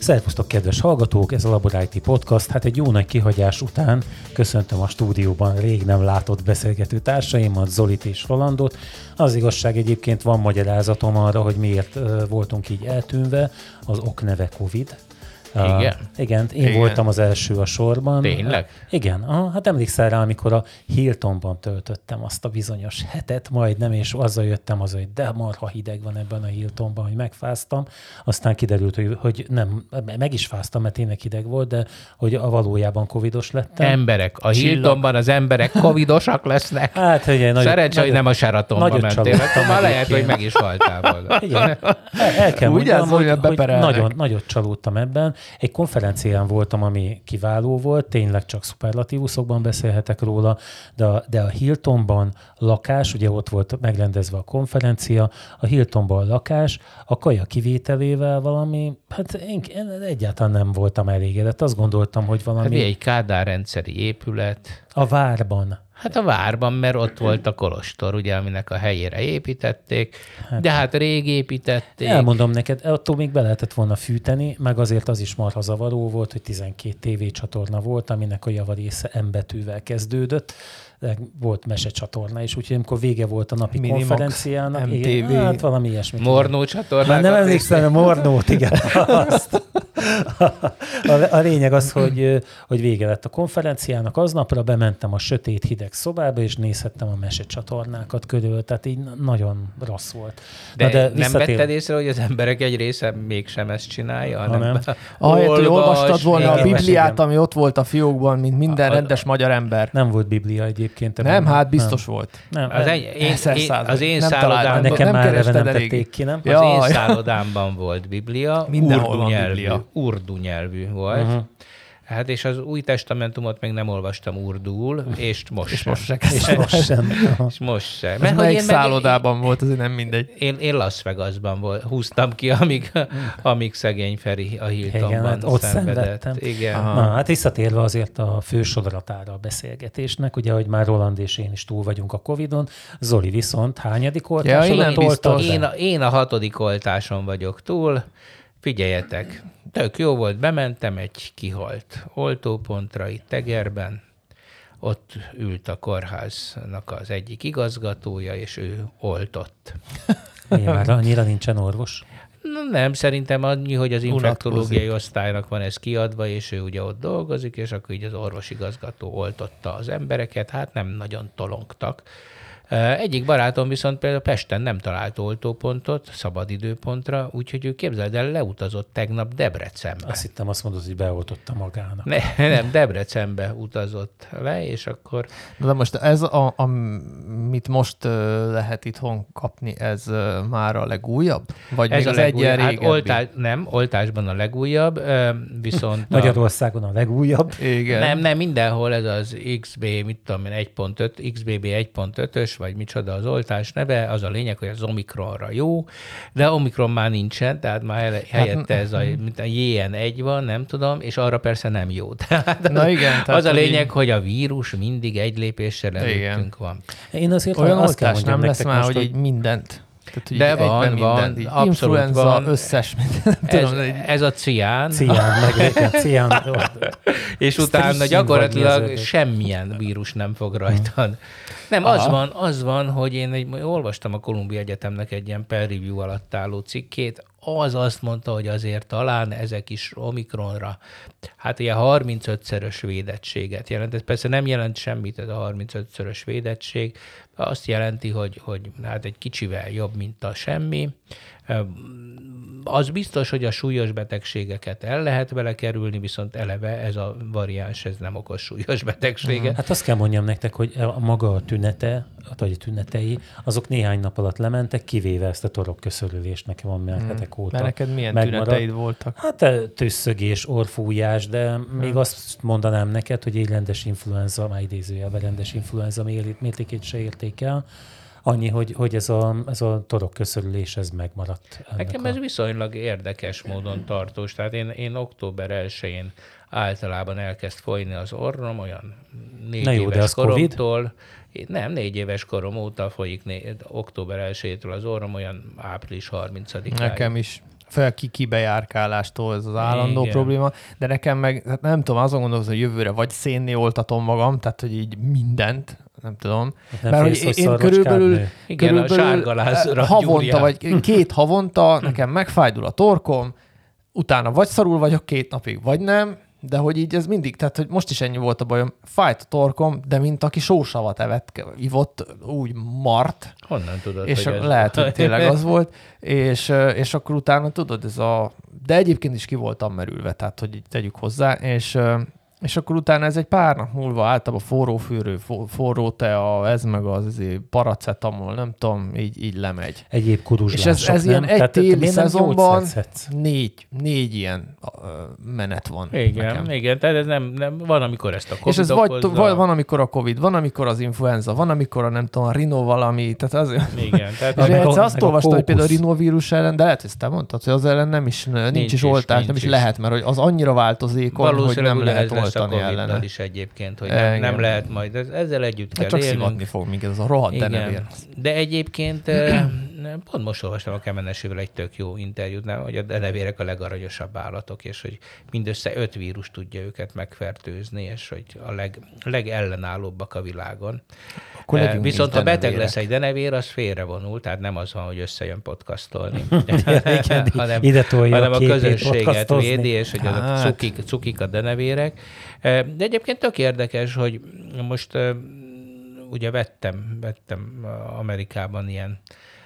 Szervusztok, kedves hallgatók, ez a Labor IT Podcast. Hát egy jó nagy kihagyás után köszöntöm a stúdióban rég nem látott beszélgető társaimat, Zolit és Rolandot. Az igazság, egyébként van magyarázatom arra, hogy miért voltunk így eltűnve, az ok neve Covid. Igen, én voltam az első a sorban. Tényleg? Igen, hát emlékszel rá, amikor a Hiltonban töltöttem azt a bizonyos hetet, majdnem, és azzal jöttem hogy de marha hideg van ebben a Hiltonban, hogy megfáztam. Aztán kiderült, hogy nem, meg is fáztam, mert tényleg hideg volt, de hogy a valójában covidos lettem. Emberek, a Hiltonban az emberek covidosak lesznek. Hát, ugye, szerencsé, hogy nem a Sheratonban mentél. Már lehet, hogy meg is haltál volna. Igen, el kell mondjam, hogy nagyot csalódtam ebben. Egy konferencián voltam, ami kiváló volt, tényleg csak szuperlatívuszokban beszélhetek róla, de a Hiltonban lakás, ugye ott volt megrendezve a konferencia, a Hiltonban lakás, a kaja kivételével valami, hát én egyáltalán nem voltam elégedett. Azt gondoltam, hogy valami... Hát egy Kádár rendszeri épület. A várban. Hát a várban, mert ott volt a kolostor, ugye, aminek a helyére építették, de hát rég építették. Elmondom neked, attól még be lehetett volna fűteni, meg azért az is marha zavaró volt, hogy 12 tévécsatorna volt, aminek a javarésze M betűvel kezdődött. Volt mesecsatorna is, úgyhogy amikor vége volt a napi konferenciának, MTV. Hát valami ilyesmi. Mornó csatornák. Már nem emlékszem, a Mornót, igen. A lényeg az, hogy vége lett a konferenciának, aznapra bementem a sötét hideg szobába, és nézhettem a mesecsatornákat körül, tehát így nagyon rossz volt. De nem vetted észre, hogy az emberek egy része mégsem ezt csinálja, hanem ahelyett, hogy olvastad volna a Bibliát, ami ott volt a fiókban, mint minden rendes magyar ember. Nem volt Biblia egyébként. Nem, hát biztos volt. Nem. Az én szállodámban... Nekem már nem tették ki, nem? Az én szállodámban volt Biblia, urdu nyelvű volt. Uh-huh. Hát és az Új Testamentumot még nem olvastam urdul, és most sem. Mert melyik szállodában volt, azért nem mindegy. Én Las Vegasban húztam ki, amíg szegény Feri a Hiltonban ott szenvedett. Igen. Hát visszatérve azért a fő sorozatára a beszélgetésnek, ugye, hogy már Roland és én is túl vagyunk a Covid-on, Zoli viszont hányadik oltáson oltott? Én a 6. oltáson vagyok túl. Figyeljetek, tök jó volt, bementem egy kihalt oltópontra itt Tegerben, ott ült a kórháznak az egyik igazgatója, és ő oltott. Már annyira nincsen orvos? Nem, szerintem annyi, hogy az infektológiai osztálynak van ez kiadva, és ő ugye ott dolgozik, és akkor így az orvosigazgató oltotta az embereket, hát nem nagyon tolongtak. Egyik barátom viszont például Pesten nem talált oltópontot, szabadidőpontra, úgyhogy ő, képzeld el, leutazott tegnap Debrecenbe. Azt hittem, azt mondod, hogy beoltotta magának. Nem, Debrecenbe utazott le, és akkor... De most ez, amit most lehet itthon kapni, ez már a legújabb? Vagy ez még az egy ilyen régebbi? Nem, oltásban a legújabb, viszont... Magyarországon a legújabb. Igen. Nem, mindenhol ez az XB, mit tudom én, 1.5, XBB 1.5-ös, vagy micsoda az oltás neve, az a lényeg, hogy az Omikronra jó, de Omikron már nincsen, tehát már helyette ez mint a JN1 van, nem tudom, és arra persze nem jó. Tehát na igen. Az a lényeg, hogy a vírus mindig egy lépéssel előttünk van. Én azért olyan oltás nem lesz már, hogy így mindent. Tehát, de van, abszolút influenza, van. összes Ez a cián. Cián. És utána gyakorlatilag semmilyen vírus nem fog rajtad. Nem, az van, hogy én olvastam a Columbia Egyetemnek egy ilyen peer review alatt álló cikkét, az azt mondta, hogy azért talán ezek is Omikronra, hát ilyen 35-szörös védettséget jelent. Ez persze nem jelent semmit, ez a 35-szörös védettség. Azt jelenti, hogy hát egy kicsivel jobb, mint a semmi. Az biztos, hogy a súlyos betegségeket el lehet vele kerülni, viszont eleve ez a variáns, ez nem okoz súlyos betegséget. Hát azt kell mondjam nektek, hogy a maga a tünete, vagy a tünetei, azok néhány nap alatt lementek, kivéve ezt a torokköszörülést nekem van már hetek óta. Mert neked milyen tüneteid voltak? Hát tüsszögés, orrfújás, de még azt mondanám neked, hogy egy rendes influenza, már idézőjelben rendes influenza mértékét se érték el. Annyi, hogy ez a torokköszörülés, ez megmaradt. Nekem ez viszonylag érdekes módon tartós. Tehát én október 1-én általában elkezd folyni az orrom, olyan 4 éves koromtól. Nem, 4 éves korom óta folyik október 1-től az orrom, olyan április 30-áig. Nekem is. kibejárkálástól ez az állandó probléma, de nekem meg, hát nem tudom, azon gondolom, hogy jövőre vagy szénné oltatom magam, tehát hogy így mindent, nem tudom. Nem mert hogy én körülbelül havonta, vagy 2 havonta nekem megfájdul a torkom, utána vagy szarul vagyok 2 napig, vagy nem, de hogy így ez mindig, tehát hogy most is ennyi volt a bajom, fájt a torkom, de mint aki sósavat ivott, úgy mart. Honnan tudod, és hogy lehet, hogy tényleg az volt, és akkor utána tudod, de egyébként is ki voltam merülve, tehát hogy így tegyük hozzá, és akkor utána ez egy pár nap múlva általában forró fűrő, forró tea, ez meg az paracetamol, nem tudom, így lemegy. Egyéb kuruzslások, és ez ilyen egy téli szezonban 4 ilyen menet van. Igen, tehát ez nem, van, amikor ezt a Covid és ez van, amikor a Covid, van, amikor az influenza, van, amikor a nem tudom, a rino valami, tehát az... Igen. Tehát és egyszer azt olvastam, hogy például a rinovírus ellen, de lehet, hogy ezt te mondtad, hogy az ellen nincs is oltás, nem is lehet, mert hogy az annyira változékony, hogy nem lehet oltani ellene. Is egyébként, hogy nem lehet majd, ezzel együtt kell csak élnünk. Csak szivatni fog minket, ez a rohadt denevér. De egyébként pont most olvastam a Kemenesével egy tök jó interjút, hogy a denevérek a legaranyosabb állatok, és hogy mindössze 5 vírus tudja őket megfertőzni, és hogy a legellenállóbbak a világon. Viszont ha beteg lesz egy denevér, az félrevonul, tehát nem az van, hogy összejön podcastolni, hanem a közönséget védi, és hogy azok cukik a denevérek. De egyébként tök érdekes, hogy most ugye vettem Amerikában ilyen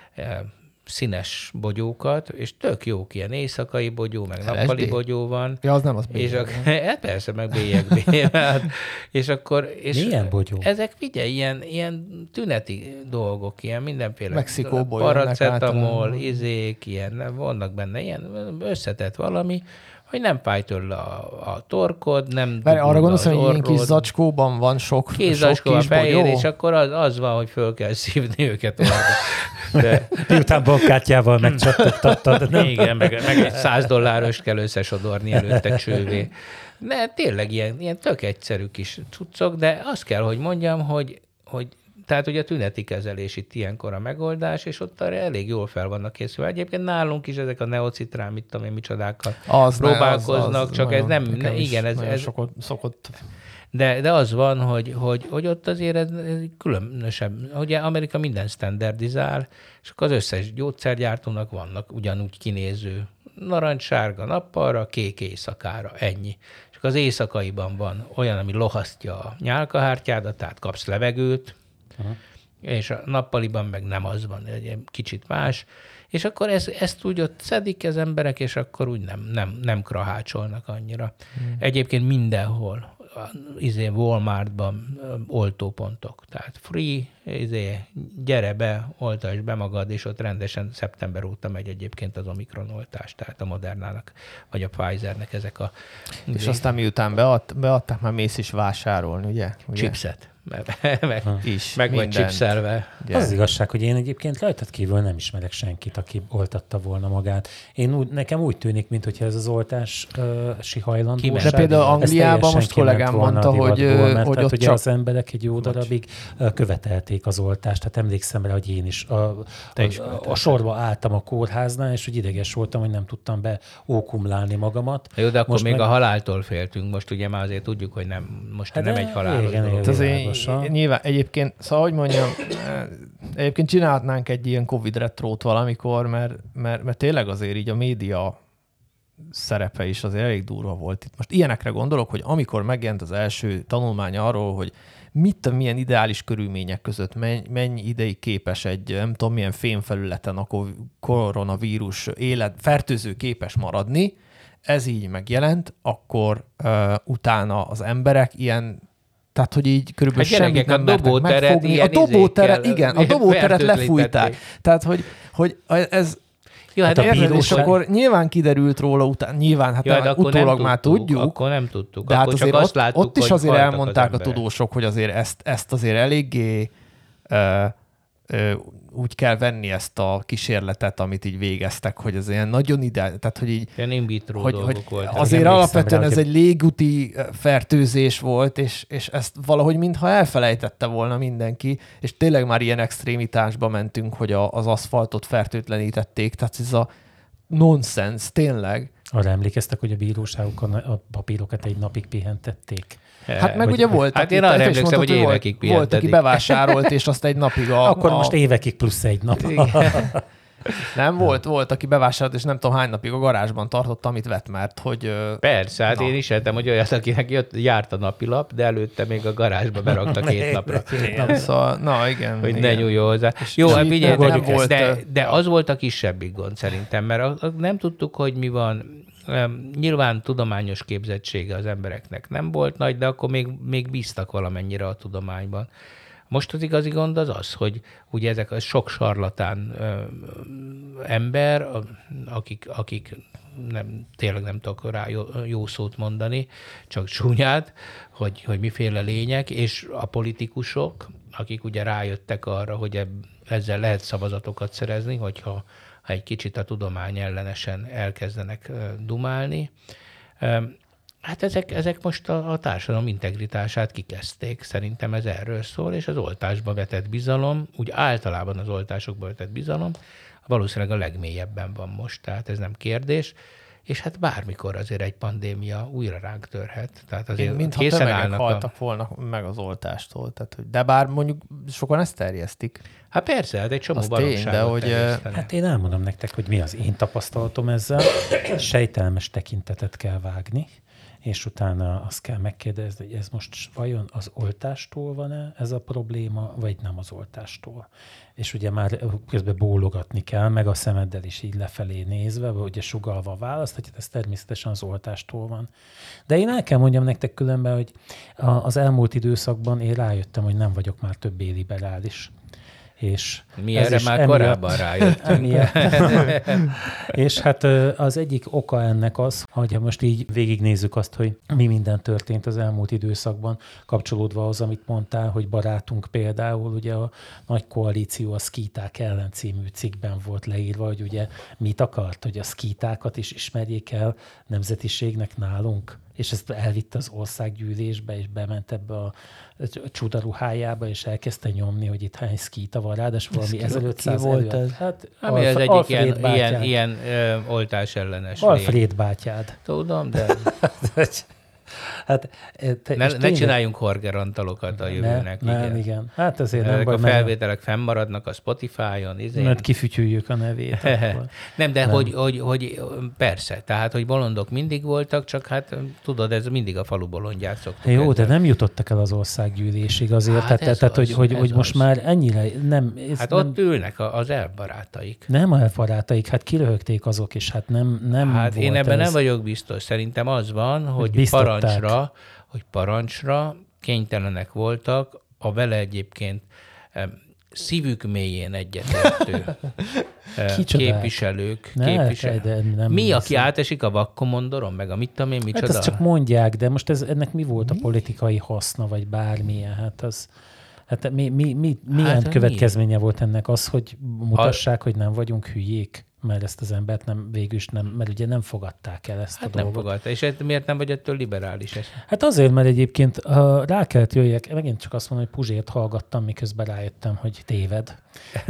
színes bogyókat, és tök jók, ilyen éjszakai bogyó, meg nappali bogyó van. Ja, az nem az bélyeg. Persze, meg bélyeg. És akkor... Milyen bogyó? Ezek figyelj, ilyen tüneti dolgok, ilyen mindenféle. Mexikó bolyó. Paracetamol, izék, ilyen, vannak benne ilyen összetett valami, hogy nem fáj tőle a torkod, nem arra gondolsz, hogy ilyen kis zacskóban van sok kis fehér, és akkor az van, hogy föl kell szívni őket orra. Miután bankkártyával megcsattogtattad. Igen, meg egy $100 kell összesodorni előtte csővé. De tényleg ilyen tök egyszerű kis cuccok, de azt kell, hogy mondjam, hogy tehát ugye a tüneti kezelés itt ilyenkor a megoldás, és ott arra elég jól fel vannak készülve. Egyébként nálunk is ezek a neocitrán, mit tudom én, micsodákkal próbálkoznak, csak ez nem, igen, ez szokott. De az van, hogy ott azért ez különösebb. Ugye Amerika minden standardizál, és akkor az összes gyógyszergyártónak vannak ugyanúgy kinéző narancssárga nappalra, kék éjszakára, ennyi. És az éjszakaiban van olyan, ami lohasztja a nyálkahártyádat, tehát kapsz levegőt, és a nappaliban meg nem az van, egy kicsit más, és akkor ezt úgy ott szedik az emberek, és akkor úgy nem krahácsolnak annyira. Egyébként mindenhol, Walmartban oltópontok, tehát free, gyere be, oltasd be magad, és ott rendesen szeptember óta megy egyébként az Omikron oltás, tehát a Modernának, vagy a Pfizernek ezek a... És aztán miután beadták, már mész is vásárolni, ugye? Chipset. Meg vagy chipszelve. Az igazság, hogy én egyébként rajtad kívül nem ismerek senkit, aki oltatta volna magát. Nekem úgy tűnik, mintha ez az oltási hajlandóság. De például Angliában most kollégám mondta, hogy ott ugye az emberek egy jó darabig követelték az oltást. Tehát emlékszem rá, hogy én is a sorba álltam a kórháznál, és hogy ideges voltam, hogy nem tudtam beókumlálni magamat. Jó, de akkor most még a haláltól féltünk. Most ugye már azért tudjuk, hogy most nem egy halálos dolog. Nyilván egyébként, szóval hogy mondjam, egyébként csinálhatnánk egy ilyen Covid retrót valamikor, mert tényleg azért így a média szerepe is azért elég durva volt itt. Most ilyenekre gondolok, hogy amikor megjelent az első tanulmány arról, hogy milyen ideális körülmények között mennyi ideig képes egy, nem tudom milyen fémfelületen a koronavírus fertőző képes maradni, ez így megjelent, akkor utána az emberek ilyen, tehát, hogy így körülbelül semmit nem mertek megfogni. A dobóteret lefújták. Tehát, hogy ez... Jó, hát és akkor nyilván kiderült róla után, utólag már tudjuk. Akkor nem tudtuk. De hát azért azt láttuk, ott is azért elmondták a tudósok, hogy azért ezt azért eléggé úgy kell venni ezt a kísérletet, amit így végeztek, hogy az ilyen nagyon tehát hogy így... Ilyen in vitro dolgok voltak. Azért alapvetően ez egy légúti fertőzés volt, és ezt valahogy mintha elfelejtette volna mindenki, és tényleg már ilyen extrémitásba mentünk, hogy az aszfaltot fertőtlenítették, tehát ez nonsens, tényleg. Arra emlékeztek, hogy a bíróságok a papírokat egy napig pihentették? Hát meg ugye volt, hát én arra emlékszem, hogy évekig pihentetik. Volt, aki bevásárolt, és azt egy napig Akkor most évekig plusz egy nap. Nem, volt, aki bevásárolt, és nem tudom hány napig a garázsban tartotta, amit vett, mert hogy... Persze, hát én is értem, hogy olyat, akinek járt a napilap, de előtte még a garázsba berakta 2 napra. Szóval, na igen. Hogy igen. ne nyúljon hozzá. Jó, hát figyeljetek, de az volt a kisebbik gond szerintem, mert nem tudtuk, hogy mi van. Nyilván tudományos képzettsége az embereknek nem volt nagy, de akkor még bíztak valamennyire a tudományban. Most az igazi gond az, hogy ugye ezek a sok sarlatán ember, akik tényleg nem tudok rá jó szót mondani, csak csúnyát, hogy miféle lények, és a politikusok, akik ugye rájöttek arra, hogy ezzel lehet szavazatokat szerezni, hogyha egy kicsit a tudomány ellenesen elkezdenek dumálni. Hát ezek most a társadalom integritását kikezdték. Szerintem ez erről szól, és az oltásba vetett bizalom, úgy általában az oltásokba vetett bizalom valószínűleg a legmélyebben van most, tehát ez nem kérdés. És hát bármikor azért egy pandémia újra ránk törhet. Tehát azért mintha tömegek haltak volna meg az oltástól. Tehát, de bár mondjuk sokan ezt terjesztik. Hát persze, hát egy csomó baromságot terjesztenek. Hát én elmondom nektek, hogy mi az én tapasztalatom ezzel. Sejtelmes tekintetet kell vágni, és utána azt kell megkérdezni, hogy ez most vajon az oltástól van-e ez a probléma, vagy nem az oltástól. És ugye már közben bólogatni kell, meg a szemeddel is így lefelé nézve, vagy ugye sugallva a választ, hogy ez természetesen az oltástól van. De én el kell mondjam nektek különben, hogy az elmúlt időszakban én rájöttem, hogy nem vagyok már többé liberális. És mi erre már korábban rájöttünk. És hát az egyik oka ennek az, hogy most így végignézzük azt, hogy mi minden történt az elmúlt időszakban, kapcsolódva az, amit mondtál, hogy barátunk például ugye a Nagy Koalíció a szkíták ellen című cikkben volt leírva, hogy ugye mit akart, hogy a szkítákat is ismerjék el nemzetiségnek nálunk, és ezt elvitte az országgyűlésbe, és bement ebbe a csudaruhájába, és elkezdte nyomni, hogy itt hány szkíta van, ráadásul valami 1500 volt ez? Hát ami az egyik ilyen oltás ellenes. Alfred bátyád. Tudom, de... Hát, ne csináljunk horgerantalokat a jövőnek. Igen. Hát azért ezek a felvételek fennmaradnak a Spotify-on. Mert kifütyüljük a nevét. Nem, de hogy persze, tehát, hogy bolondok mindig voltak, csak hát tudod, ez mindig a falu bolondját szoktuk. Jó, de nem jutottak el az országgyűlésig azért, tehát hogy most már ennyire nem... Hát ott ülnek az elbarátaik. Nem elbarátaik, hát kiröhögték azok, és hát nem hát volt én ebben ez. Nem vagyok biztos. Szerintem az van, hogy parancsra kénytelenek voltak a vele egyébként szívük mélyén egyetértő képviselők. Mi, aki átesik a vakkomondoron, meg a mit tudom én, micsoda? Hát ezt csak mondják, de most ennek mi volt a politikai haszna, vagy bármilyen? Hát az... Hát milyen következménye volt ennek az, hogy mutassák, hogy nem vagyunk hülyék? Mert ezt az embert végül is nem, mert ugye nem fogadták el ezt a dolgot. Nem fogadták. És miért nem vagy ettől liberális? Hát azért, mert egyébként rá kellett jöjjek, megint csak azt mondom, hogy Puzsért hallgattam, miközben rájöttem, hogy téved.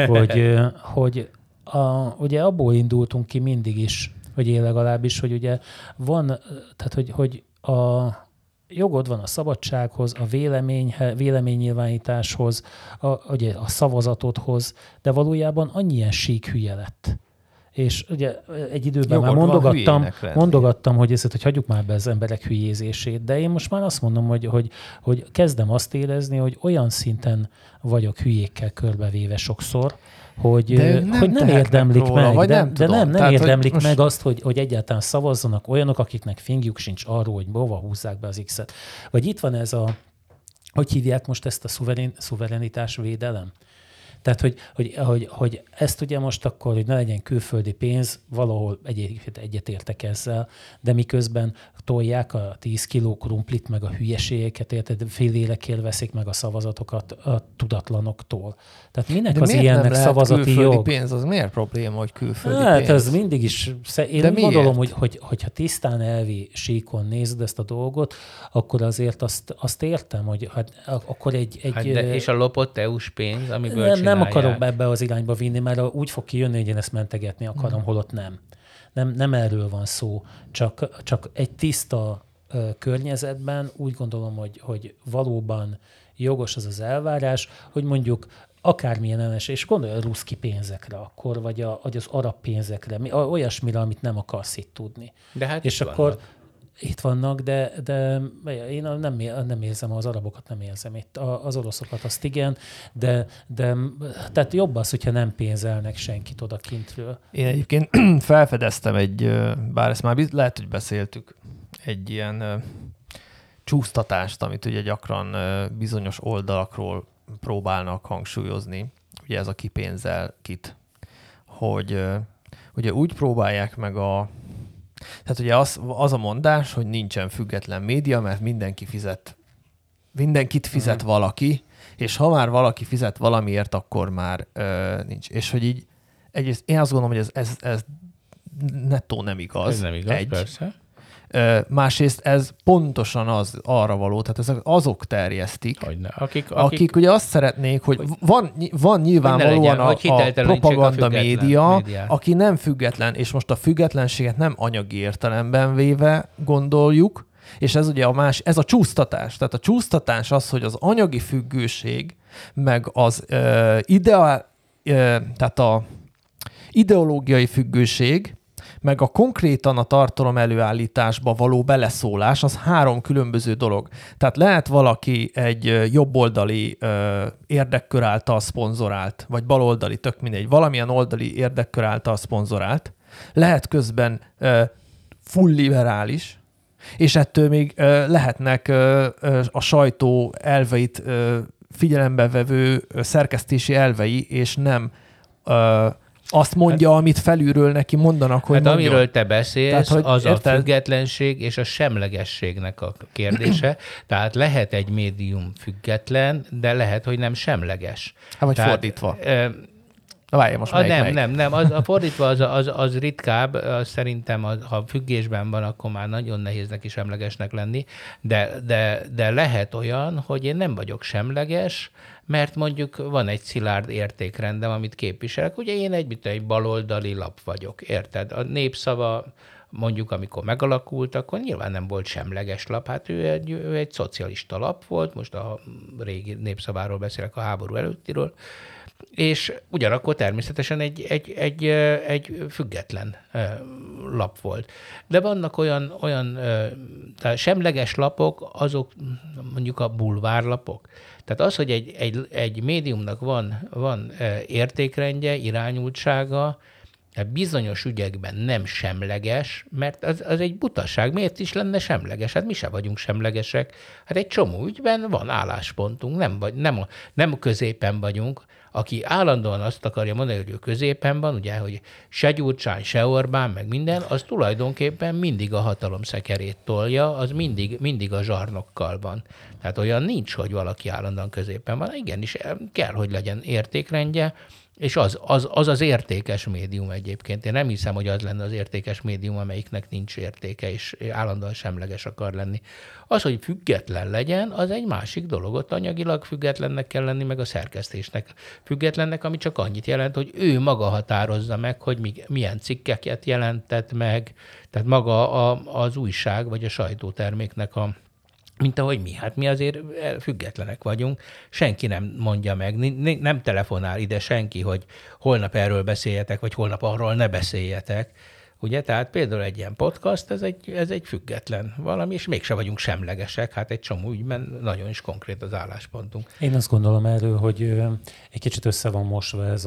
hogy ugye abból indultunk ki mindig is, vagy én legalábbis, hogy ugye van, tehát hogy a jogod van a szabadsághoz, a véleménynyilvánításhoz, ugye a szavazatodhoz, de valójában annyian sík hülye lett. És ugye egy időben már mondogattam, hogy hagyjuk már be az emberek hülyézését, de én most már azt mondom, hogy kezdem azt érezni, hogy olyan szinten vagyok hülyékkel körbevéve sokszor, hogy nem érdemlik róla, meg, de nem érdemlik meg most... azt, hogy egyáltalán szavazzanak olyanok, akiknek fingjuk sincs arról, hogy hova húzzák be az X-et. Vagy itt van ez hogy hívják most ezt a szuverenitásvédelem? Tehát, hogy ezt ugye most akkor, hogy ne legyen külföldi pénz, valahol egyetértek ezzel, de miközben tolják a 10 kiló krumplit, meg a hülyeségeket, érted, félélekért veszik meg a szavazatokat a tudatlanoktól. Tehát minek de az ilyennek szavazati jog? Pénz, az miért probléma, hogy külföldi pénz? Hát ez mindig is, én gondolom, hogyha tisztán elvi síkon nézed ezt a dolgot, akkor azért azt értem, hogy akkor és a lopott EU-s pénz, amiből nem akarok ebbe az irányba vinni, mert úgy fog kijönni, hogy én ezt mentegetni akarom, holott nem. nem erről van szó, csak egy tiszta környezetben úgy gondolom, hogy valóban jogos az elvárás, hogy mondjuk akármilyen ellenes, és gondolj a ruszki pénzekre akkor, vagy az arab pénzekre, olyasmire, amit nem akarsz itt tudni. De hát és akkor itt vannak, de én nem érzem, az arabokat nem érzem itt. Az oroszokat azt igen, de tehát jobb az, hogyha nem pénzelnek senkit odakintről. Én egyébként felfedeztem bár ezt már lehet, hogy beszéltük, egy ilyen csúsztatást, amit ugye gyakran bizonyos oldalakról próbálnak hangsúlyozni, ugye ez a kipénzel kit, hogy ugye úgy próbálják meg tehát ugye az a mondás, hogy nincsen független média, mert mindenkit fizet valaki, és ha már valaki fizet valamiért, akkor már nincs. És hogy így egyrészt én azt gondolom, hogy ez nettó nem igaz. Ez nem igaz, persze. Másrészt ez pontosan arra való, tehát ezek azok terjesztik, akik ugye azt szeretnék, hogy van nyilvánvalóan a propaganda média, aki nem független, és most a függetlenséget nem anyagi értelemben véve gondoljuk, és ez ugye ez a csúsztatás. Tehát a csúsztatás az, hogy az anyagi függőség, meg az tehát a ideológiai függőség, meg a konkrétan a tartalom előállításba való beleszólás, az 3 különböző dolog. Tehát lehet valaki egy jobboldali érdekkör által szponzorált, vagy baloldali, tök mindegy, valamilyen oldali érdekkör által szponzorált, lehet közben full liberális, és ettől még lehetnek a sajtó elveit figyelembe vevő szerkesztési elvei, és nem azt mondja, amit felülről neki mondanak, hogy mondja. Amiről te beszélsz, tehát, az a függetlenség és a semlegességnek a kérdése. Tehát lehet egy médium független, de lehet, hogy nem semleges. Hát vagy fordítva. Várjál, most nem. Fordítva az ritkább, szerintem, ha függésben van, akkor már nagyon nehéz neki semlegesnek lenni, de lehet olyan, hogy én nem vagyok semleges, mert mondjuk van egy szilárd értékrendem, amit képviselek. Ugye én egy baloldali lap vagyok, érted? A Népszava, mondjuk amikor megalakult, akkor nyilván nem volt semleges lap. Hát ő egy szocialista lap volt, most a régi Népszaváról beszélek, a háború előttiről, és ugyanakkor természetesen egy független lap volt. De vannak olyan semleges lapok, azok mondjuk a bulvárlapok. Tehát az, hogy egy médiumnak van értékrendje, irányultsága, bizonyos ügyekben nem semleges, mert az egy butaság. Miért is lenne semleges? Hát mi se vagyunk semlegesek. Hát egy csomó ügyben van álláspontunk, nem középen vagyunk. Aki állandóan azt akarja mondani, hogy ő középen van, ugye, hogy se Gyurcsány, se Orbán, meg minden, az tulajdonképpen mindig a hatalom szekerét tolja, az mindig a zsarnokkal van. Tehát olyan nincs, hogy valaki állandóan középen van. Igenis, kell, hogy legyen értékrendje, és az értékes médium egyébként. Én nem hiszem, hogy az lenne az értékes médium, amelyiknek nincs értéke, és állandóan semleges akar lenni. Az, hogy független legyen, az egy másik dolog. Ott anyagilag függetlennek kell lenni, meg a szerkesztésnek függetlennek, ami csak annyit jelent, hogy ő maga határozza meg, hogy milyen cikkeket jelentett meg, tehát maga az újság, vagy a sajtóterméknek mint ahogy mi. Hát mi azért függetlenek vagyunk, senki nem mondja meg, nem telefonál ide senki, hogy holnap erről beszéljetek, vagy holnap arról ne beszéljetek. Ugye, tehát például egy ilyen podcast, ez egy független valami, és mégse vagyunk semlegesek, hát egy csomó ügyben nagyon is konkrét az álláspontunk. Én azt gondolom erről, hogy egy kicsit össze van mosva ez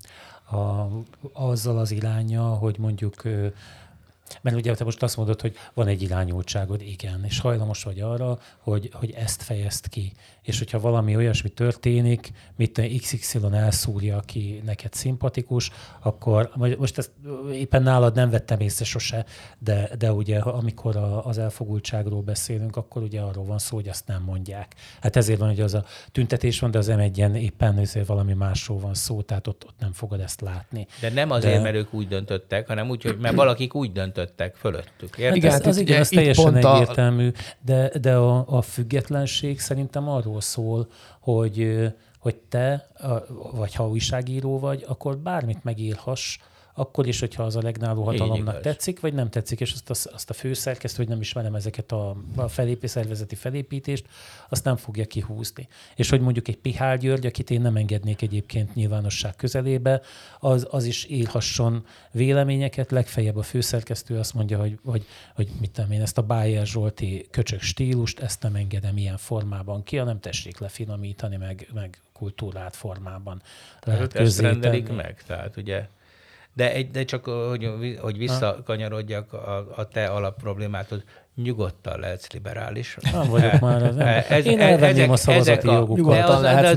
azzal az iránnya, hogy mondjuk mert ugye te most azt mondod, hogy van egy irányultságod, igen, és hajlamos vagy arra, hogy ezt fejezd ki. És hogyha valami olyasmi történik, mit XY elszúrja, aki neked szimpatikus, akkor most ezt éppen nálad nem vettem észre sose, de ugye amikor az elfogultságról beszélünk, akkor ugye arról van szó, hogy azt nem mondják. Hát ezért van, hogy az a tüntetés van, de az M1-en éppen valami másról van szó, tehát ott nem fogod ezt látni. De nem azért, mert ők úgy döntöttek, hanem úgy, hogy mert valakik úgy döntöttek fölöttük. Igen, ez teljesen egyértelmű, de a függetlenség szerintem arról szól, hogy te, vagy ha újságíró vagy, akkor bármit megírhass, akkor is, hogyha az a legnáló hatalomnak tetszik, vagy nem tetszik, és azt a főszerkesztő, hogy nem ismerem ezeket a szervezeti felépítést, azt nem fogja kihúzni. És hogy mondjuk egy Pihál György, akit én nem engednék egyébként nyilvánosság közelébe, az is írhasson véleményeket, legfeljebb a főszerkesztő azt mondja, hogy mit tudom én, ezt a Bájer Zsolti köcsög stílust, ezt nem engedem ilyen formában ki, hanem tessék lefinomítani, meg kultúrát formában. Tehát ezt rendelik meg, tehát ugye... De csak, hogy visszakanyarodjak a te alapproblémáthoz, nyugodtan lehetsz liberális. Nem vagyok már. Én elvenném a szavazati jogukat. Nyugodtan lehetsz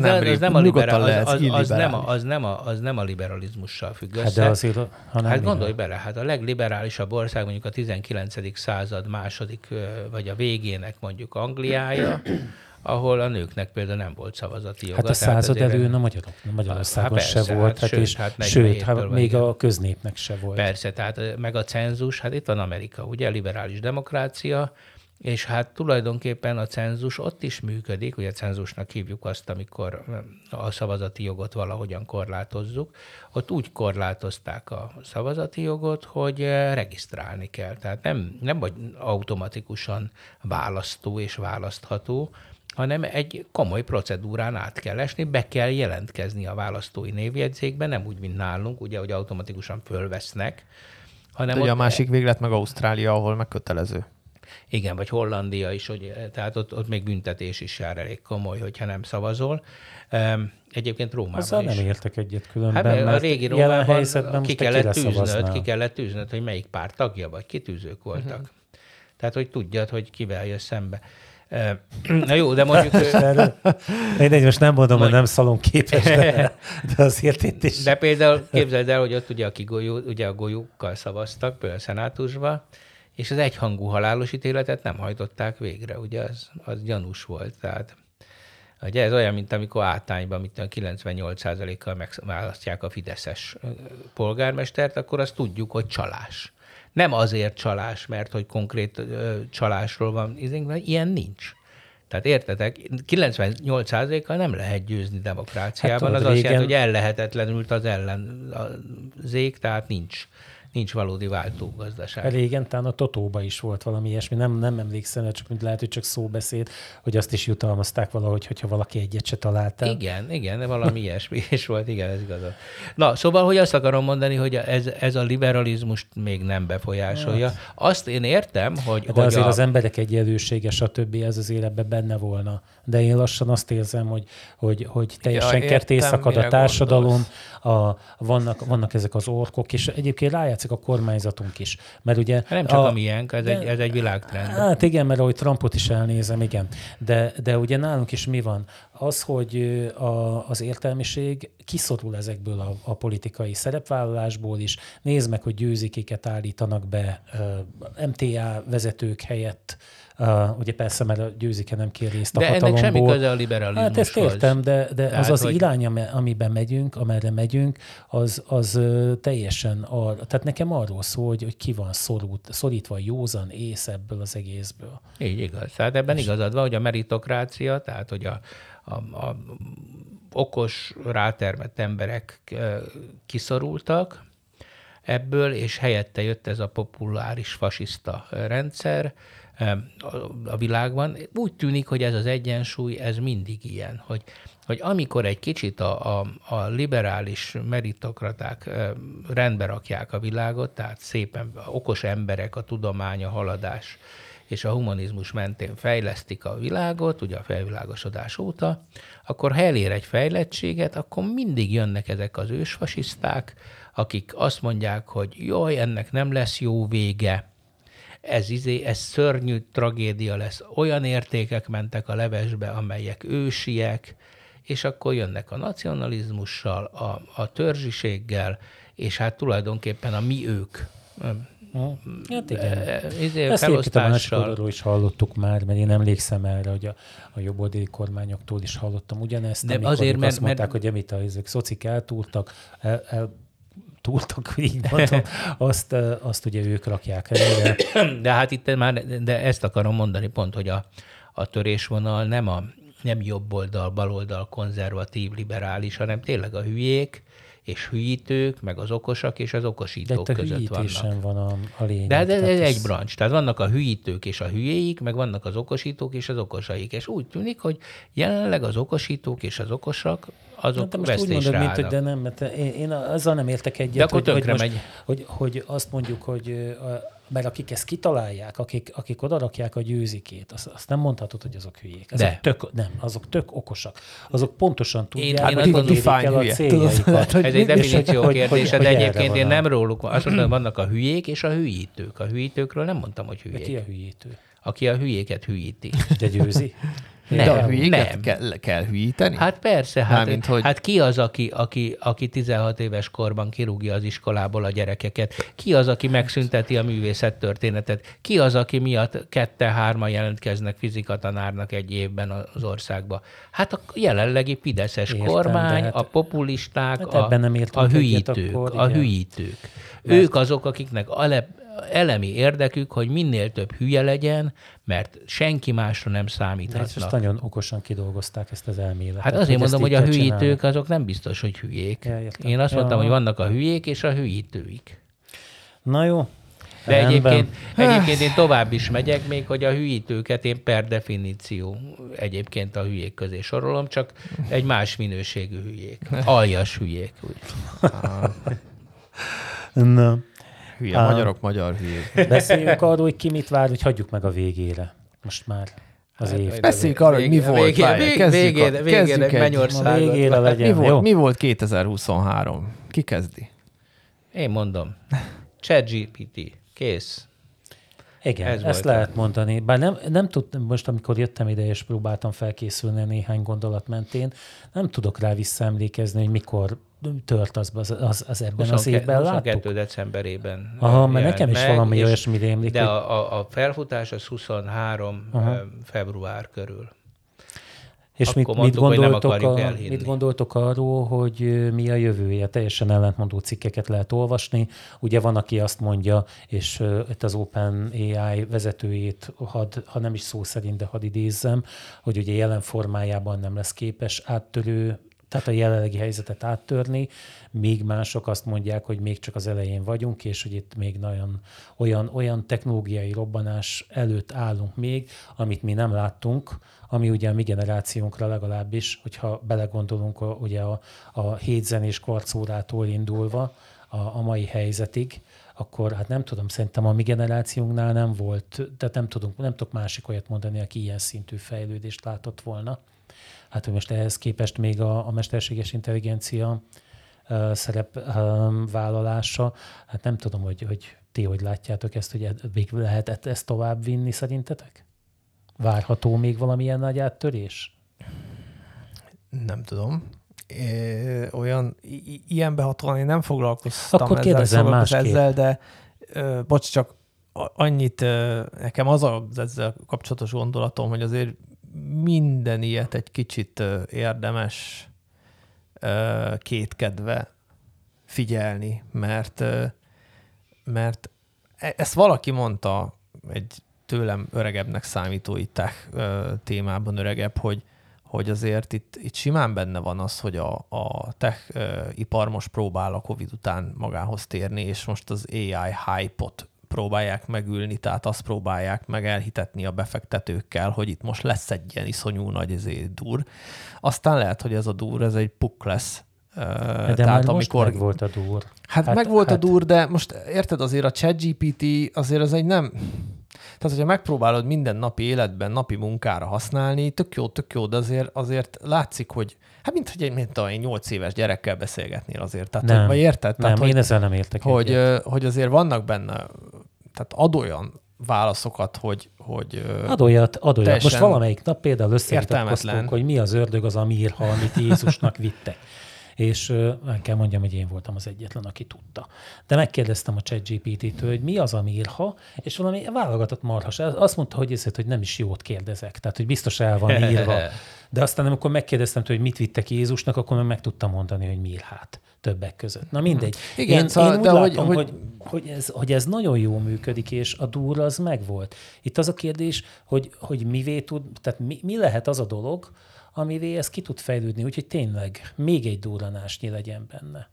az nem a liberalizmussal függ össze. Hát de azért, hát gondolj bele, hát a legliberálisabb ország mondjuk a 19. század második, vagy a végének mondjuk Angliája, ahol a nőknek például nem volt szavazati joga. Hát a század előn a Magyarországon se volt, sőt, még a köznépnek se volt. Persze, tehát meg a cenzus, hát itt van Amerika, ugye, liberális demokrácia, és hát tulajdonképpen a cenzus ott is működik, ugye cenzusnak hívjuk azt, amikor a szavazati jogot valahogyan korlátozzuk. Ott úgy korlátozták a szavazati jogot, hogy regisztrálni kell. Tehát nem vagy automatikusan választó és választható, hanem egy komoly procedúrán át kell esni, be kell jelentkezni a választói névjegyzékbe, nem úgy, mint nálunk, ugye, hogy automatikusan fölvesznek. Hanem ugye a másik véglet meg Ausztrália, ahol meg kötelező. Igen, vagy Hollandia is, tehát ott még büntetés is jár elég komoly, hogyha nem szavazol. Egyébként Rómában azzal is. Nem értek egyet különben, hát, a régi Rómában ki kellett tűznöd, hogy melyik párt tagja vagy, kitűzők voltak. Tehát, hogy tudjad, hogy kivel jössz szembe. Na jó, de mondjuk... Én most nem mondom, hogy nem szalonképes, de azért itt is. De például képzeld el, hogy ott ugye a golyókkal szavaztak, például a szenátusban, és az egyhangú halálos ítéletet nem hajtották végre, ugye az gyanús volt. Tehát ugye ez olyan, mint amikor Átányban, mint a 98%-kal megválasztják a fideszes polgármestert, akkor azt tudjuk, hogy csalás. Nem azért csalás, mert hogy konkrét csalásról van, ilyen nincs. Tehát értetek, 98%-kal nem lehet győzni demokráciában, hát, az azt jelenti, hogy ellehetetlenült az ellenzék, tehát nincs valódi váltógazdaság. Régen talán a Totóba is volt valami ilyesmi, nem emlékszem, csak lehet, hogy csak szóbeszéd, hogy azt is jutalmazták valahogy, hogyha valaki egyet se találtál. Igen, valami ilyesmi is volt, igen, ez igaz. Na, szóval, hogy azt akarom mondani, hogy ez a liberalizmust még nem befolyásolja. Hát. Azt én értem, hogy... De azért az emberek egyenlősége, stb. Ez az életben benne volna. De én lassan azt érzem, hogy teljesen ketté szakad a társadalom, vannak ezek az orkok, és egyébként rájátszik a kormányzatunk is. Mert ugye nem csak a miénk, ez egy világtrend. Hát igen, mert ahogy Trumpot is elnézem, igen. De ugye nálunk is mi van? Az, hogy az értelmiség kiszorul ezekből a politikai szerepvállalásból is. Nézd meg, hogy győzikéket állítanak be MTA vezetők helyett. Ugye persze, mert a győzike nem kér részt a hatalomból. De ennek semmi köze a liberalizmushoz. Hát ezt értem, de az irány, amiben megyünk, amerre megyünk, az teljesen tehát nekem arról szól, hogy ki van szorítva józan ész ebből az egészből. Így igaz. Tehát ebben igazad van, hogy a meritokrácia, tehát hogy a okos, rátermett emberek kiszorultak ebből, és helyette jött ez a populáris fasiszta rendszer a világban. Úgy tűnik, hogy ez az egyensúly, ez mindig ilyen, hogy amikor egy kicsit a liberális meritokraták rendbe rakják a világot, tehát szépen okos emberek, a tudomány, a haladás és a humanizmus mentén fejlesztik a világot, ugye a felvilágosodás óta, akkor ha elér egy fejlettséget, akkor mindig jönnek ezek az ősfasiszták, akik azt mondják, hogy jaj, ennek nem lesz jó vége, ez szörnyű tragédia lesz, olyan értékek mentek a levesbe, amelyek ősiek, és akkor jönnek a nacionalizmussal, a törzsiséggel, és hát tulajdonképpen a mi ők. Hát igen. Ezt egyébként a másik oldalról is hallottuk már, mert én emlékszem erre, hogy a jobboldali kormányoktól is hallottam ugyanezt, de amikor azért, azt mondták, hogy amit ezek szocik eltúltak, így mondom, azt ugye ők rakják elő. De hát itt már, de ezt akarom mondani pont, hogy a törésvonal nem jobboldal, baloldal, konzervatív, liberális, hanem tényleg a hülyék és hülyítők, meg az okosak és az okosítók között vannak. Van a lényeg. De ez egy brancs. Tehát vannak a hülyítők és a hülyéik, meg vannak az okosítók és az okosaik. És úgy tűnik, hogy jelenleg az okosítók és az okosak azok vesztésre állnak. De nem, mert én azzal nem értek egyet, de akkor tönkre megy. Hogy azt mondjuk, hogy mert akik ezt kitalálják, akik odarakják a győzikét, azt nem mondhatod, hogy azok hülyék. Azok tök okosak. Azok pontosan tudják, hogy érik el a céljaikat. Ez egy definíció kérdése, de egyébként én nem róluk. Azt mondom, vannak a hülyék és a hülyítők. A hülyítőkről nem mondtam, hogy hülyék. De ki a hülyítő? Aki a hülyéket hülyíti. De győzi? De a hülyéket kell hülyíteni? Hát persze. Hát ki az, aki 16 éves korban kirúgja az iskolából a gyerekeket? Ki az, aki megszünteti a művészettörténetet? Ki az, aki miatt 2-3 jelentkeznek fizikatanárnak egy évben az országba? Hát a jelenlegi fideszes kormány, a populisták, a hülyítők. A hülyítők. Ők azok, akiknek elemi érdekük, hogy minél több hülye legyen, mert senki másra nem számíthatnak. Most nagyon okosan kidolgozták ezt az elméletet. Hát azért mondom, hogy a hülyítők azok nem biztos, hogy hülyék. Ja, én azt mondtam, hogy vannak a hülyék és a hülyítőik. Na jó. De egyébként én tovább is megyek, még hogy a hülyítőket én per definíció egyébként a hülyék közé sorolom, csak egy más minőségű hülyék. Aljas hülyék. Na. Hülye magyarok, magyar hülyék. Beszéljünk arról, hogy ki mit vár, hogy hagyjuk meg a végére. Most már az év. Beszéljünk arról, hogy mi volt. Végére Mennyországot. Mi volt 2023? Ki kezdi? Én mondom. ChatGPT. Kész. Igen, ezt lehet mondani. Bár nem tudtam, most amikor jöttem ide és próbáltam felkészülni néhány gondolat mentén, nem tudok rá visszaemlékezni, hogy mikor tört az ebben az évben 22 decemberében. Aha, mert nekem is valami olyasmi rémlik. De a felfutás az 23 február körül. És mit gondoltok arról, hogy mi a jövője? Teljesen ellentmondó cikkeket lehet olvasni. Ugye van, aki azt mondja, és itt az OpenAI vezetőjét, ha nem is szó szerint, de hadd idézzem, hogy ugye jelen formájában nem lesz képes tehát a jelenlegi helyzetet áttörni, míg mások azt mondják, hogy még csak az elején vagyunk, és hogy itt még nagyon olyan technológiai robbanás előtt állunk még, amit mi nem láttunk, ami ugye a mi generációnkra legalábbis, hogyha belegondolunk ugye a hétzenés kvarcórától indulva a mai helyzetig, akkor hát nem tudom, szerintem a mi generációnknál nem volt, tehát nem tudok másik olyat mondani, aki ilyen szintű fejlődést látott volna. Hát, hogy most ehhez képest még a mesterséges intelligencia szerepvállalása, hát nem tudom, hogy ti hogy látjátok ezt, hogy még lehet ezt tovább vinni szerintetek? Várható még valamilyen nagy áttörés? Nem tudom. Ilyen behatóan én nem foglalkoztam akkor kérdezem ezzel, de bocs, csak annyit, nekem az ezzel kapcsolatos gondolatom, hogy azért minden ilyet egy kicsit érdemes kétkedve figyelni, mert ezt valaki mondta, egy tőlem öregebbnek számító itt témában öregebb, hogy azért itt simán benne van az, hogy a tech ipar most próbál a Covid után magához térni, és most az AI hype-ot próbálják megülni, tehát azt próbálják meg elhitetni a befektetőkkel, hogy itt most lesz egy ilyen iszonyú nagy dur. Aztán lehet, hogy ez a dur, ez egy puk lesz. De tehát amikor meg volt a dur. Hát meg volt a dur, de most érted, azért a ChatGPT azért az egy nem... Tehát, hogyha megpróbálod minden napi életben, napi munkára használni, tök jó, de azért látszik, hogy hát mint egy 8 éves gyerekkel beszélgetnél azért. Tehát, nem, vagy érted? Tehát, én ezzel nem értek. Hogy azért vannak benne, tehát ad olyan válaszokat, hogy Ad olyat. Most valamelyik nap például összevitatkoztunk, hogy mi az ördög az a mirha, amit Jézusnak vittek. És el kell mondjam, hogy én voltam az egyetlen, aki tudta. De megkérdeztem a ChatGPT-től, hogy mi az a mirha, és valami válogatott marhas. Azt mondta, hogy nem is jót kérdezek, tehát hogy biztos el van írva. De aztán amikor megkérdeztem tőle, hogy mit vittek Jézusnak, akkor meg tudtam mondani, hogy mirhát többek között. Na mindegy. Igen, én úgy látom, hogy ez nagyon jól működik, és a dur az megvolt. Itt az a kérdés, hogy mivé tud, tehát mi lehet az a dolog, amivé ez ki tud fejlődni, úgyhogy tényleg még egy durranásnyi legyen benne.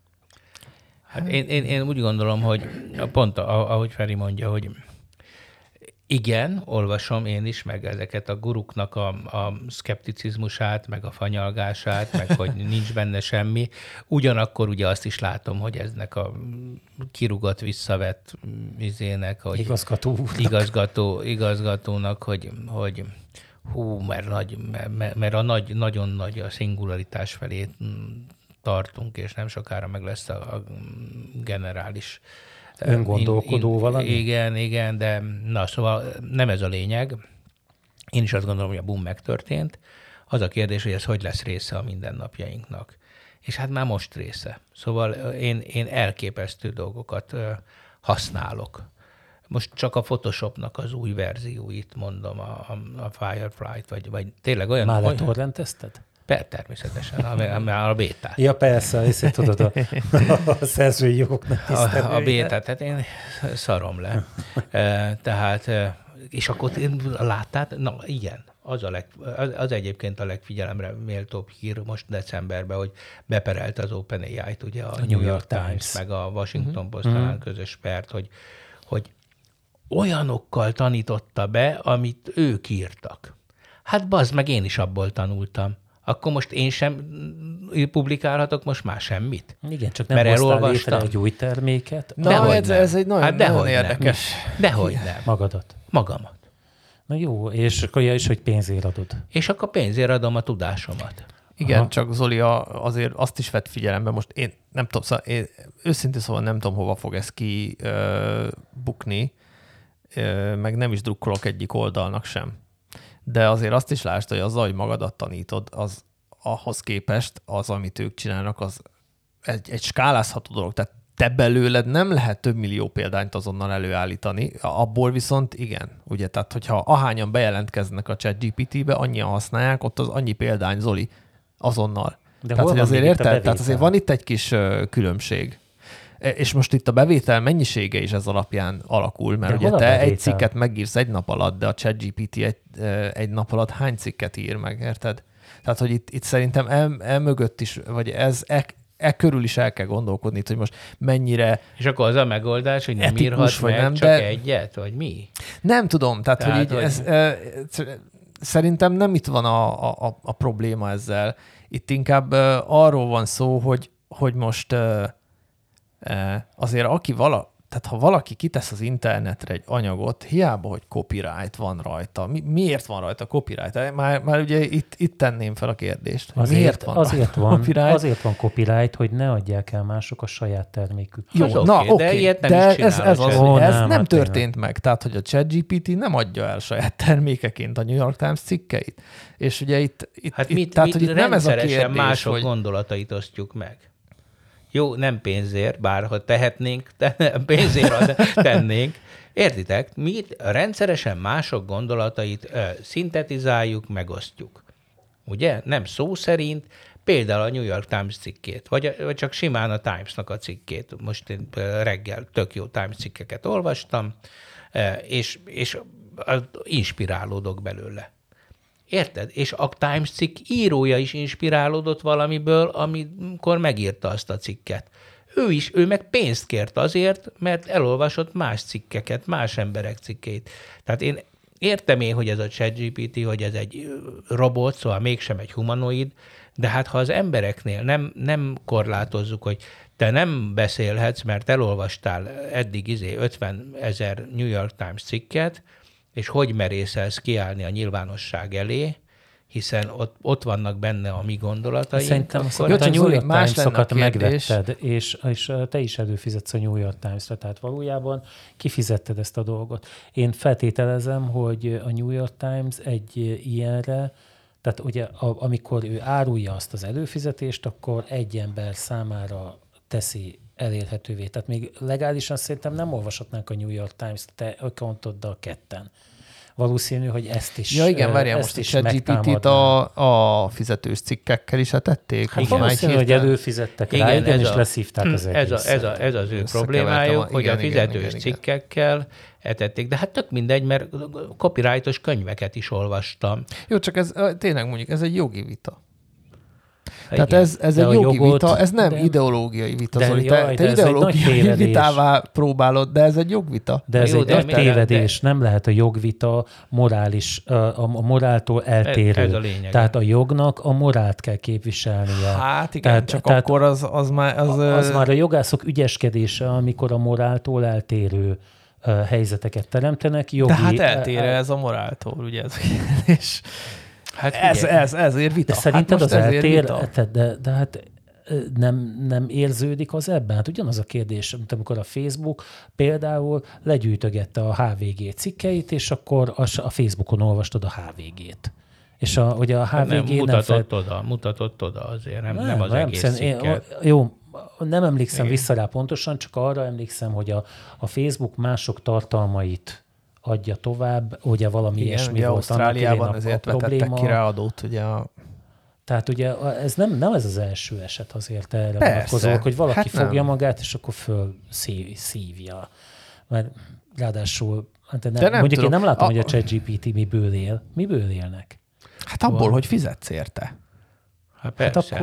Hát én úgy gondolom, hogy pont ahogy Feri mondja, hogy igen, olvasom én is, meg ezeket a guruknak a szkepticizmusát, meg a fanyalgását, meg hogy nincs benne semmi. Ugyanakkor ugye azt is látom, hogy eznek a kirúgott, visszavett izének, hogy igazgatónak, hogy hú, mert nagyon nagy a szingularitás felé tartunk, és nem sokára meg lesz a generális öngondolkodó valami? Igen, de na, szóval nem ez a lényeg. Én is azt gondolom, hogy a boom megtörtént. Az a kérdés, hogy ez hogy lesz része a mindennapjainknak. És hát már most része. Szóval én elképesztő dolgokat használok. Most csak a Photoshopnak az új verzióit mondom, a Firefly-t, vagy tényleg olyan... Már letorrentezted? Természetesen, a bétát. Ja, persze, hiszen tudod, a szerzői jogoknak a bétát, tehát én szarom le. Tehát, és akkor láttad? Na, igen, az egyébként a legfigyelemre méltóbb hír most decemberben, hogy beperelte az OpenAI-t, ugye a New York Times, meg a Washington Post talán közös pert, hogy olyanokkal tanította be, amit ők írtak. Hát bazd meg, én is abból tanultam. Akkor most én sem publikálhatok most már semmit? Igen, csak nem hoztál létre egy új terméket. Na, ez egy nagyon érdekes. Dehogy nem. Magadat. Magamat. Na jó, és akkor is, hogy pénzért adod. És akkor pénzért adom a tudásomat. Igen, aha. Csak Zoli azért azt is vett figyelembe, most én nem tudom, szóval én őszintén szóval nem tudom, hova fog ez kibukni, meg nem is drukkolok egyik oldalnak sem. De azért azt is lásd, hogy azzal, hogy magadat tanítod, az ahhoz képest az, amit ők csinálnak, az egy skálázható dolog. Tehát te belőled nem lehet több millió példányt azonnal előállítani, abból viszont igen. Ugye, tehát hogyha ahányan bejelentkeznek a ChatGPT-be, annyian használják, ott az annyi példány, Zoli, azonnal. De tehát, hogy azért érted? Tehát azért van itt egy kis különbség. És most itt a bevétel mennyisége is ez alapján alakul, mert de ugye te egy cikket megírsz egy nap alatt, de a ChatGPT egy nap alatt hány cikket ír meg, érted? Tehát, hogy itt szerintem mögött is, vagy ez körül is el kell gondolkodni, hogy most mennyire... És akkor az a megoldás, hogy nem írhat meg nem, csak egyet, vagy mi? Nem tudom, tehát hogy így ez, szerintem nem itt van a probléma ezzel. Itt inkább arról van szó, hogy most... azért tehát ha valaki kitesz az internetre egy anyagot, hiába, hogy copyright van rajta. Miért van rajta copyright? Már ugye itt tenném fel a kérdést. Miért van copyright? Azért van copyright, hogy ne adják el mások a saját termékük. Jó, oké. De ez nem történt meg. Tehát, hogy a ChatGPT nem adja el saját termékeként a New York Times cikkeit. És ugye itt nem ez a kérdés, mások hogy... gondolatait osztjuk meg. Jó, nem pénzért, bár ha tehetnénk, pénzért tennénk. Értitek? Mi rendszeresen mások gondolatait szintetizáljuk, megosztjuk. Ugye? Nem szó szerint, például a New York Times cikkét, vagy csak simán a Times-nak a cikkét. Most én reggel tök jó Times cikkeket olvastam, és inspirálódok belőle. Érted? És a Times cikk írója is inspirálódott valamiből, amikor megírta azt a cikket. Ő meg pénzt kért azért, mert elolvasott más cikkeket, más emberek cikkeit. Tehát én értem hogy ez a ChatGPT, hogy ez egy robot, szóval mégsem egy humanoid, de hát ha az embereknél nem korlátozzuk, hogy te nem beszélhetsz, mert elolvastál eddig 50 000 New York Times cikket, és hogy merészelsz kiállni a nyilvánosság elé, hiszen ott vannak benne a mi gondolataink. Szerintem a New York Times-okat megvetted, és te is előfizetsz a New York Times-ra, tehát valójában kifizetted ezt a dolgot. Én feltételezem, hogy a New York Times egy ilyenre, tehát ugye amikor ő árulja azt az előfizetést, akkor egy ember számára teszi elérhetővé. Tehát még legálisan szerintem nem olvashatnánk a New York Times-t te accountoddal ketten. valószínű, hogy ezt is ja, igen, várjál, most a ChatGPT-t a fizetős cikkekkel is tették. Hát valószínű, hogy előfizettek rá, igen, és leszívták az egészet. Ez az ő problémájuk, hogy a fizetős cikkekkel etették. De hát tök mindegy, mert copyrightos könyveket is olvastam. Jó, csak ez tényleg mondjuk, ez egy jogi vita. Tehát ez egy jogi vita, ez nem ideológiai vita, Zoli. Te ideológiai vitává próbálod, de ez egy jogvita. De ez egy nagy tévedés, nem lehet a jogvita morális, a moráltól eltérő. Ez a lényeg. Tehát a jognak a morált kell képviselnie. Hát igen, csak akkor az már... Az már a jogászok ügyeskedése, amikor a moráltól eltérő helyzeteket teremtenek. Jogi, de hát eltér ez a moráltól, ugye ez a kérdés. Hát ezért vita. De szerinted az eltér, de hát nem érződik az ebben? Hát ugyanaz a kérdés, mint amikor a Facebook például legyűjtögette a HVG cikkeit, és akkor a Facebookon olvastad a HVG-t. És ugye a HVG mutatott oda azért, nem az egész cikket. Jó, nem emlékszem vissza rá pontosan, csak arra emlékszem, hogy a Facebook mások tartalmait adja tovább, ugye valami ilyesmi volt. Ausztráliában ezért vetettek ki rá adót, ugye Tehát ugye ez nem ez az első eset azért erre vonatkozóak, hogy valaki fogja magát, és akkor föl szívja. Mert ráadásul, mondjuk én nem látom, hogy a ChatGPT miből él. Miből élnek? Hát abból, hogy fizetsz érte. Hát persze,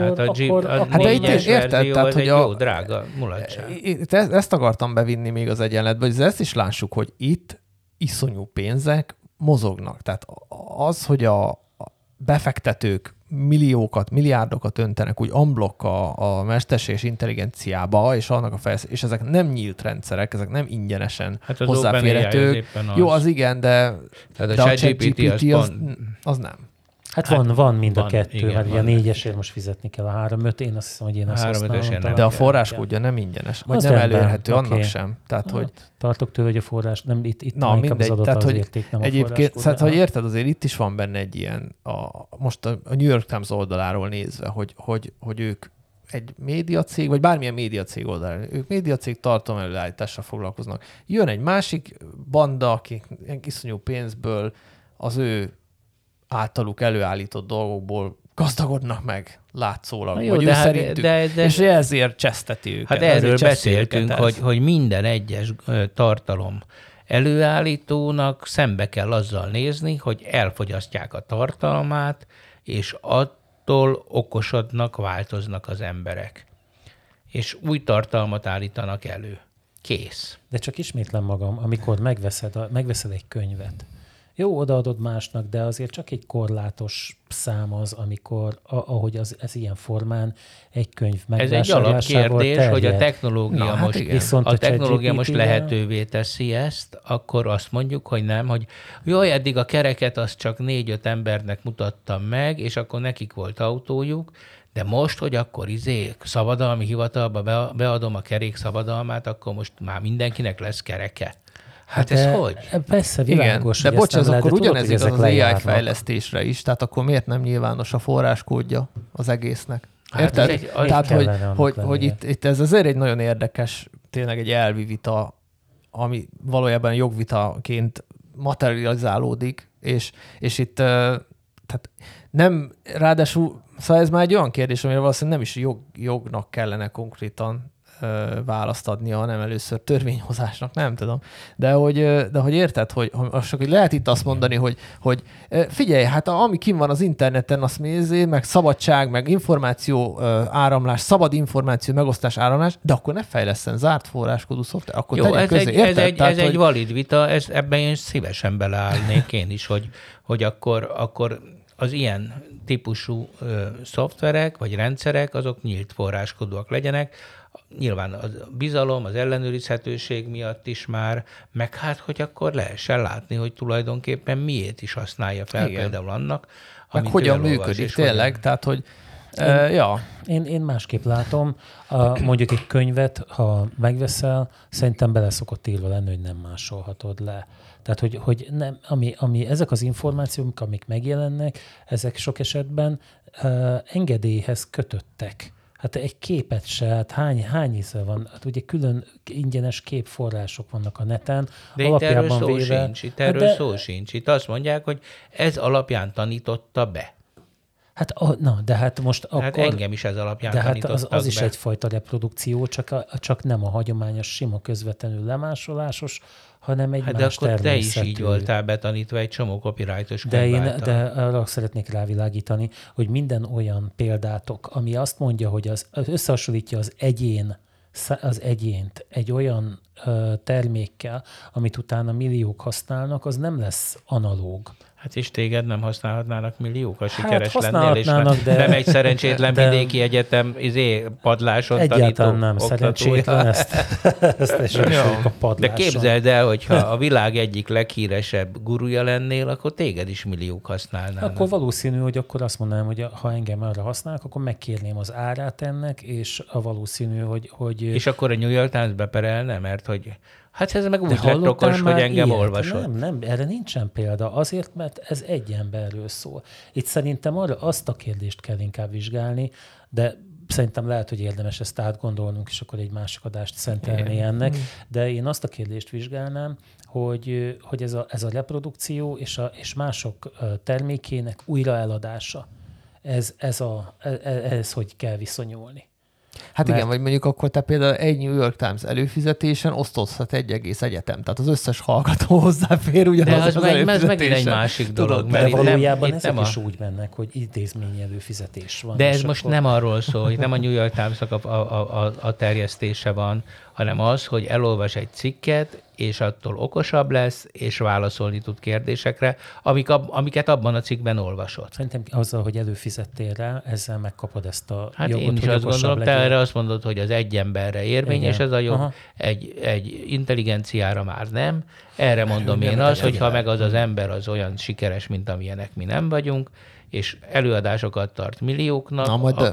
de itt érted, tehát, hogy jó, drága mulatság. Ezt akartam bevinni még az egyenletbe, hogy ezt is lássuk, hogy itt iszonyú pénzek mozognak. Tehát az, hogy a befektetők milliókat, milliárdokat öntenek úgy unblock a mesterséges intelligenciába, és annak és ezek nem nyílt rendszerek, ezek nem ingyenesen hozzáférhetők. Jó, az igen, de a ChatGPT az nem. Hát van mind a kettő. Igen, hát ugye a 4-esért most fizetni kell, a 3-5, én azt hiszem, hogy én azt használom. De a forráskódja nem ingyenes, vagy nem elérhető, annak sem. Tehát, hogy... Tartok tőle, hogy a forrás, nem itt mindegy, az tehát, az érték, nem egyébként, a hogy érted, azért itt is van benne egy ilyen, most a New York Times oldaláról nézve, hogy ők egy médiacég, vagy bármilyen médiacég oldalán, ők médiacég tartalmelőállítással foglalkoznak. Jön egy másik banda, akik iszonyú pénzből az ő általuk előállított dolgokból gazdagodnak meg látszólag. Jó, de szerintük, és ezért cseszteti őket. Hát erről beszéltünk, hogy minden egyes tartalom előállítónak szembe kell azzal nézni, hogy elfogyasztják a tartalmát, és attól okosodnak, változnak az emberek. És új tartalmat állítanak elő. Kész. De csak ismétlem magam, amikor megveszed egy könyvet. Jó, odaadod másnak, de azért csak egy korlátos szám az, amikor, ahogy ez ilyen formán egy könyv megvásárlásával Ez egy alapkérdés, hogy a technológia most lehetővé teszi ezt, akkor azt mondjuk, hogy nem, hogy jaj, eddig a kereket azt csak 4-5 embernek mutattam meg, és akkor nekik volt autójuk, de most, hogy akkor szabadalmi hivatalba beadom a kerék szabadalmát, akkor most már mindenkinek lesz kereke. Hát ez hogy? Persze, világos. Igen, de bocs, ez akkor ugyanez igaz az AI fejlesztésre is, tehát akkor miért nem nyilvános a forráskódja az egésznek? Érted? Tehát, hogy itt ez azért egy nagyon érdekes, tényleg egy elvi vita, ami valójában jogvitaként materializálódik, és itt tehát nem, ráadásul, szóval ez már egy olyan kérdés, amire valószínűleg nem is jognak kellene konkrétan választ adnia, hanem először törvényhozásnak, nem tudom. De hogy érted, hogy lehet itt azt mondani, hogy figyelj, hát ami kim van az interneten, azt nézzél, meg szabadság, meg információ áramlás, szabad információ megosztás áramlás, de akkor ne fejleszten zárt forráskodú szoftver, akkor jó, ez egy valid vita, ebben én szívesen beleállnék én is, hogy akkor az ilyen típusú szoftverek vagy rendszerek, azok nyílt forráskodóak legyenek. Nyilván a bizalom, az ellenőrizhetőség miatt is már, meg hát, hogy akkor lehessen látni, hogy tulajdonképpen miért is használja fel. Igen. Például annak, meg hogyan működik tényleg, tehát, hogy Én másképp látom. Mondjuk egy könyvet, ha megveszel, szerintem bele szokott írva lenni, hogy nem másolhatod le. Tehát, hogy nem, ami ezek az információk, amik megjelennek, ezek sok esetben engedélyhez kötöttek. Hát egy képet se, hát hány íze van? Hát ugye külön ingyenes képforrások vannak a neten. De itt erről szó sincs. Szó sincs. Itt azt mondják, hogy ez alapján tanította be. Hát, de hát most akkor... Hát engem is ez alapján tanítottak be. De hát az is egyfajta reprodukció, csak nem a hagyományos, sima, közvetlenül lemásolásos, hanem egy más de akkor természetű. Te is így voltál betanítva egy csomó copyrightos könyv által. De arra szeretnék rávilágítani, hogy minden olyan példátok, ami azt mondja, hogy az összehasonlítja az egyént egy olyan termékkel, amit utána milliók használnak, az nem lesz analóg. Hát és téged nem használhatnának milliók, ha sikeres lennél, és nem egy szerencsétlen vidéki egyetem padláson tanító egyáltalán nem szerencsétlen, ezt a padláson. De képzeld el, hogyha a világ egyik leghíresebb gurúja lennél, akkor téged is milliók használnának. Akkor valószínű, hogy akkor azt mondanám, hogy ha engem arra használnak, akkor megkérném az árát ennek, és a valószínű, hogy... És akkor a New York Times beperelne, mert hogy... Hát ez meg úgy lett okos, hogy engem olvasott. Nem, erre nincsen példa. Azért, mert ez egy emberről szól. Itt szerintem arra azt a kérdést kell inkább vizsgálni, de szerintem lehet, hogy érdemes ezt átgondolnunk, és akkor egy másik adást szentelni ennek. De én azt a kérdést vizsgálnám, hogy ez a reprodukció és mások termékének újraeladása, ez hogy kell viszonyulni. Hát igen, vagy mondjuk akkor te például egy New York Times előfizetésen osztozhat egy egész egyetem. Tehát az összes hallgató hozzáfér ugyanaz az előfizetésen. Ez megint egy másik dolog. De valójában ezek is úgy mennek, hogy intézményi előfizetés van. De ez most nem arról szól, hogy nem a New York Times-nak a terjesztése van, hanem az, hogy elolvas egy cikket, és attól okosabb lesz, és válaszolni tud kérdésekre, amiket abban a cikkben olvasott. Szerintem azzal, hogy előfizettél rá, ezzel megkapod ezt a jogot, én is azt gondolom, te erre azt mondod, hogy az egy emberre érvényes ez a jog, egy intelligenciára már nem. Erre mondom én azt, hogy ha meg az ember az olyan sikeres, mint amilyenek mi nem vagyunk, és előadásokat tart millióknak,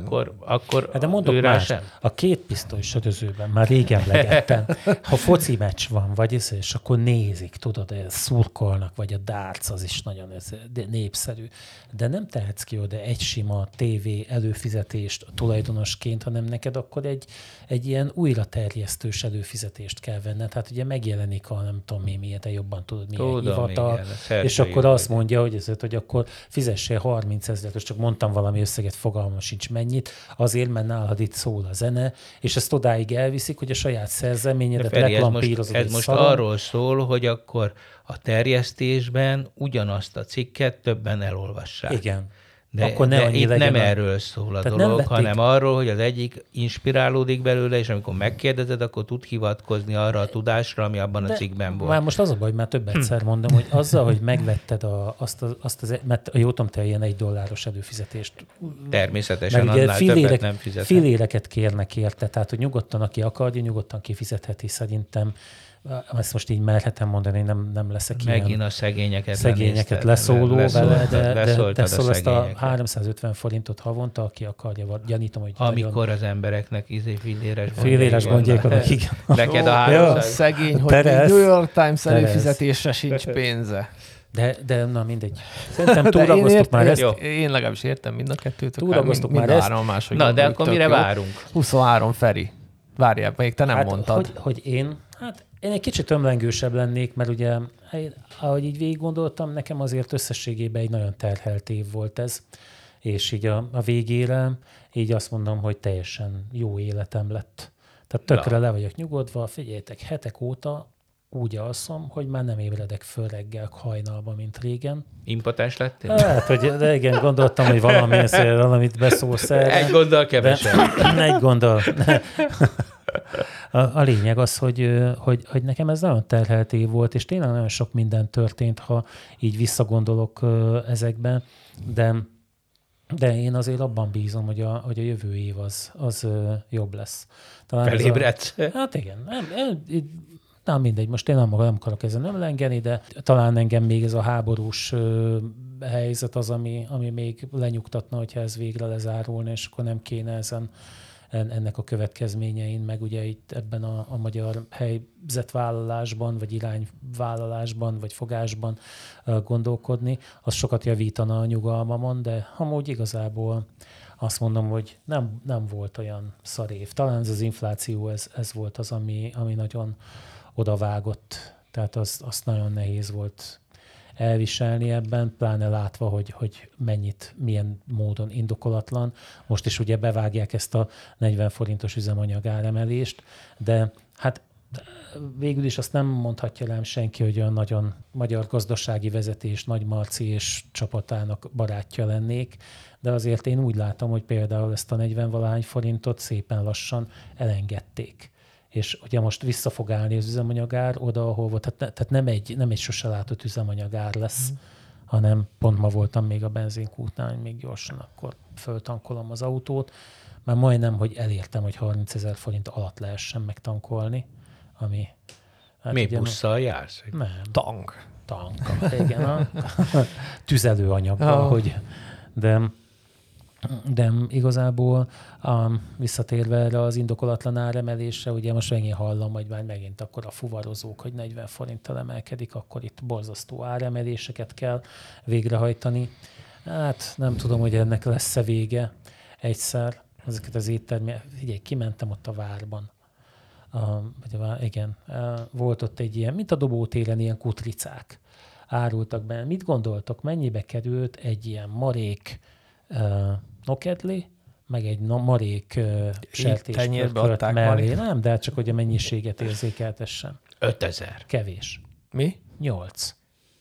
akkor de mondok más, a két pisztoly sörözőben már régen legettem. Ha foci meccs van, és akkor nézik, tudod, szurkolnak, vagy a darts, az is nagyon népszerű. De nem tehetsz ki oda egy sima tévé előfizetést tulajdonosként, hanem neked akkor egy ilyen újraterjesztős előfizetést kell venned. Hát ugye megjelenik a nem tudom milyen, te jobban tudod, milyen hivatal, és akkor azt mondja, hogy akkor fizessél 30 000, csak mondtam valami összeget, fogalmam sincs mennyit, azért, mert nálad itt szól a zene, és ezt odáig elviszik, hogy a saját szerzeményedet reklampírozod. Ez most arról szól, hogy akkor a terjesztésben ugyanazt a cikket többen elolvassák. Igen. De itt nem erről szól a dolog, hanem arról, hogy az egyik inspirálódik belőle, és amikor megkérdezed, akkor tud hivatkozni arra a tudásra, ami abban a cikkben volt. Már most az a baj, már több egyszer mondom, hogy azzal, hogy megvetted mert jól tudom, te ilyen $1 előfizetést. Természetesen, annál többet nem fizethet. Filléreket kérnek érte, tehát hogy nyugodtan, aki akarja, nyugodtan kifizetheti szerintem. Ezt most így merhetem mondani, nem leszek ilyen. Megint a szegényeket leszóló vele, de szóval ezt a 350 forintot havonta, aki akarja, gyanítom, hogy amikor az embereknek filléres gondjék vannak, igen. Neked a 300. Szegény, hogy New York Times előfizetésre sincs pénze. De na mindegy. Szerintem túlragoztuk már ezt. Én legalábbis értem mind a kettőt. Túlragoztuk már ezt. Na, de akkor mire várunk? 23 Feri. Várjál, még te nem mondtad. Hogy én egy kicsit ömlengősebb lennék, mert ugye, ahogy így végig gondoltam, nekem azért összességében egy nagyon terhelt év volt ez, és így a végére így azt mondom, hogy teljesen jó életem lett. Tehát tökre le vagyok nyugodva, figyeljetek, hetek óta úgy alszom, hogy már nem ébredek föl reggel hajnalba, mint régen. Impotens lettél? Hát, de igen, gondoltam, hogy valamit beszólsz erre. Egy gonddal kevesebb. Egy gonddal. A lényeg az, hogy nekem ez nagyon terhelt év volt, és tényleg nagyon sok minden történt, ha így visszagondolok ezekben, de én azért abban bízom, hogy a jövő év az jobb lesz. Felébredsz? Hát igen. Nem mindegy, most én nem akarok ezen nem lengeni, de talán engem még ez a háborús helyzet az, ami még lenyugtatna, hogyha ez végre lezárulna, és akkor nem kéne ennek a következményein, meg ugye itt ebben a magyar helyzetvállalásban, vagy irányvállalásban, vagy fogásban gondolkodni, az sokat javítana a nyugalmamon, de amúgy igazából azt mondom, hogy nem volt olyan szar év. Talán ez az infláció, ez volt az, ami nagyon odavágott. Tehát azt nagyon nehéz volt elviselni ebben, pláne látva, hogy milyen módon indokolatlan. Most is ugye bevágják ezt a 40 forintos üzemanyag áremelést, de hát végül is azt nem mondhatja rám senki, hogy olyan nagyon magyar gazdasági vezetés, Nagy Marci és csapatának barátja lennék, de azért én úgy látom, hogy például ezt a 40-valahány forintot szépen lassan elengedték. És ugye most vissza fog állni az üzemanyagár oda, ahol volt, tehát nem egy sose látott üzemanyagár lesz, hanem pont ma voltam még a benzinkútnál, még gyorsan akkor föltankolom az autót, már majdnem, hogy elértem, hogy 30 000 forint alatt lehessen megtankolni, ami... Hát mi busszal jársz? Nem. Tank. Igen, a tüzelőanyaggal, hogy... De igazából visszatérve erre az indokolatlan áremelésre, ugye most megint hallom, hogy már megint akkor a fuvarozók, hogy 40 forinttal emelkedik, akkor itt borzasztó áremeléseket kell végrehajtani. Hát nem tudom, hogy ennek lesz-e vége egyszer. Ezeket az éttermeket, figyelj, kimentem ott a várban. Igen, volt ott egy ilyen, mint a Dobótéren, ilyen kutricák árultak be. Mit gondoltok, mennyibe került egy ilyen marék nokedli, meg egy marék sertéspörkölt mellé. Nem, de csak hogy a mennyiséget érzékeltessen. 5000. Kevés. Mi? 8.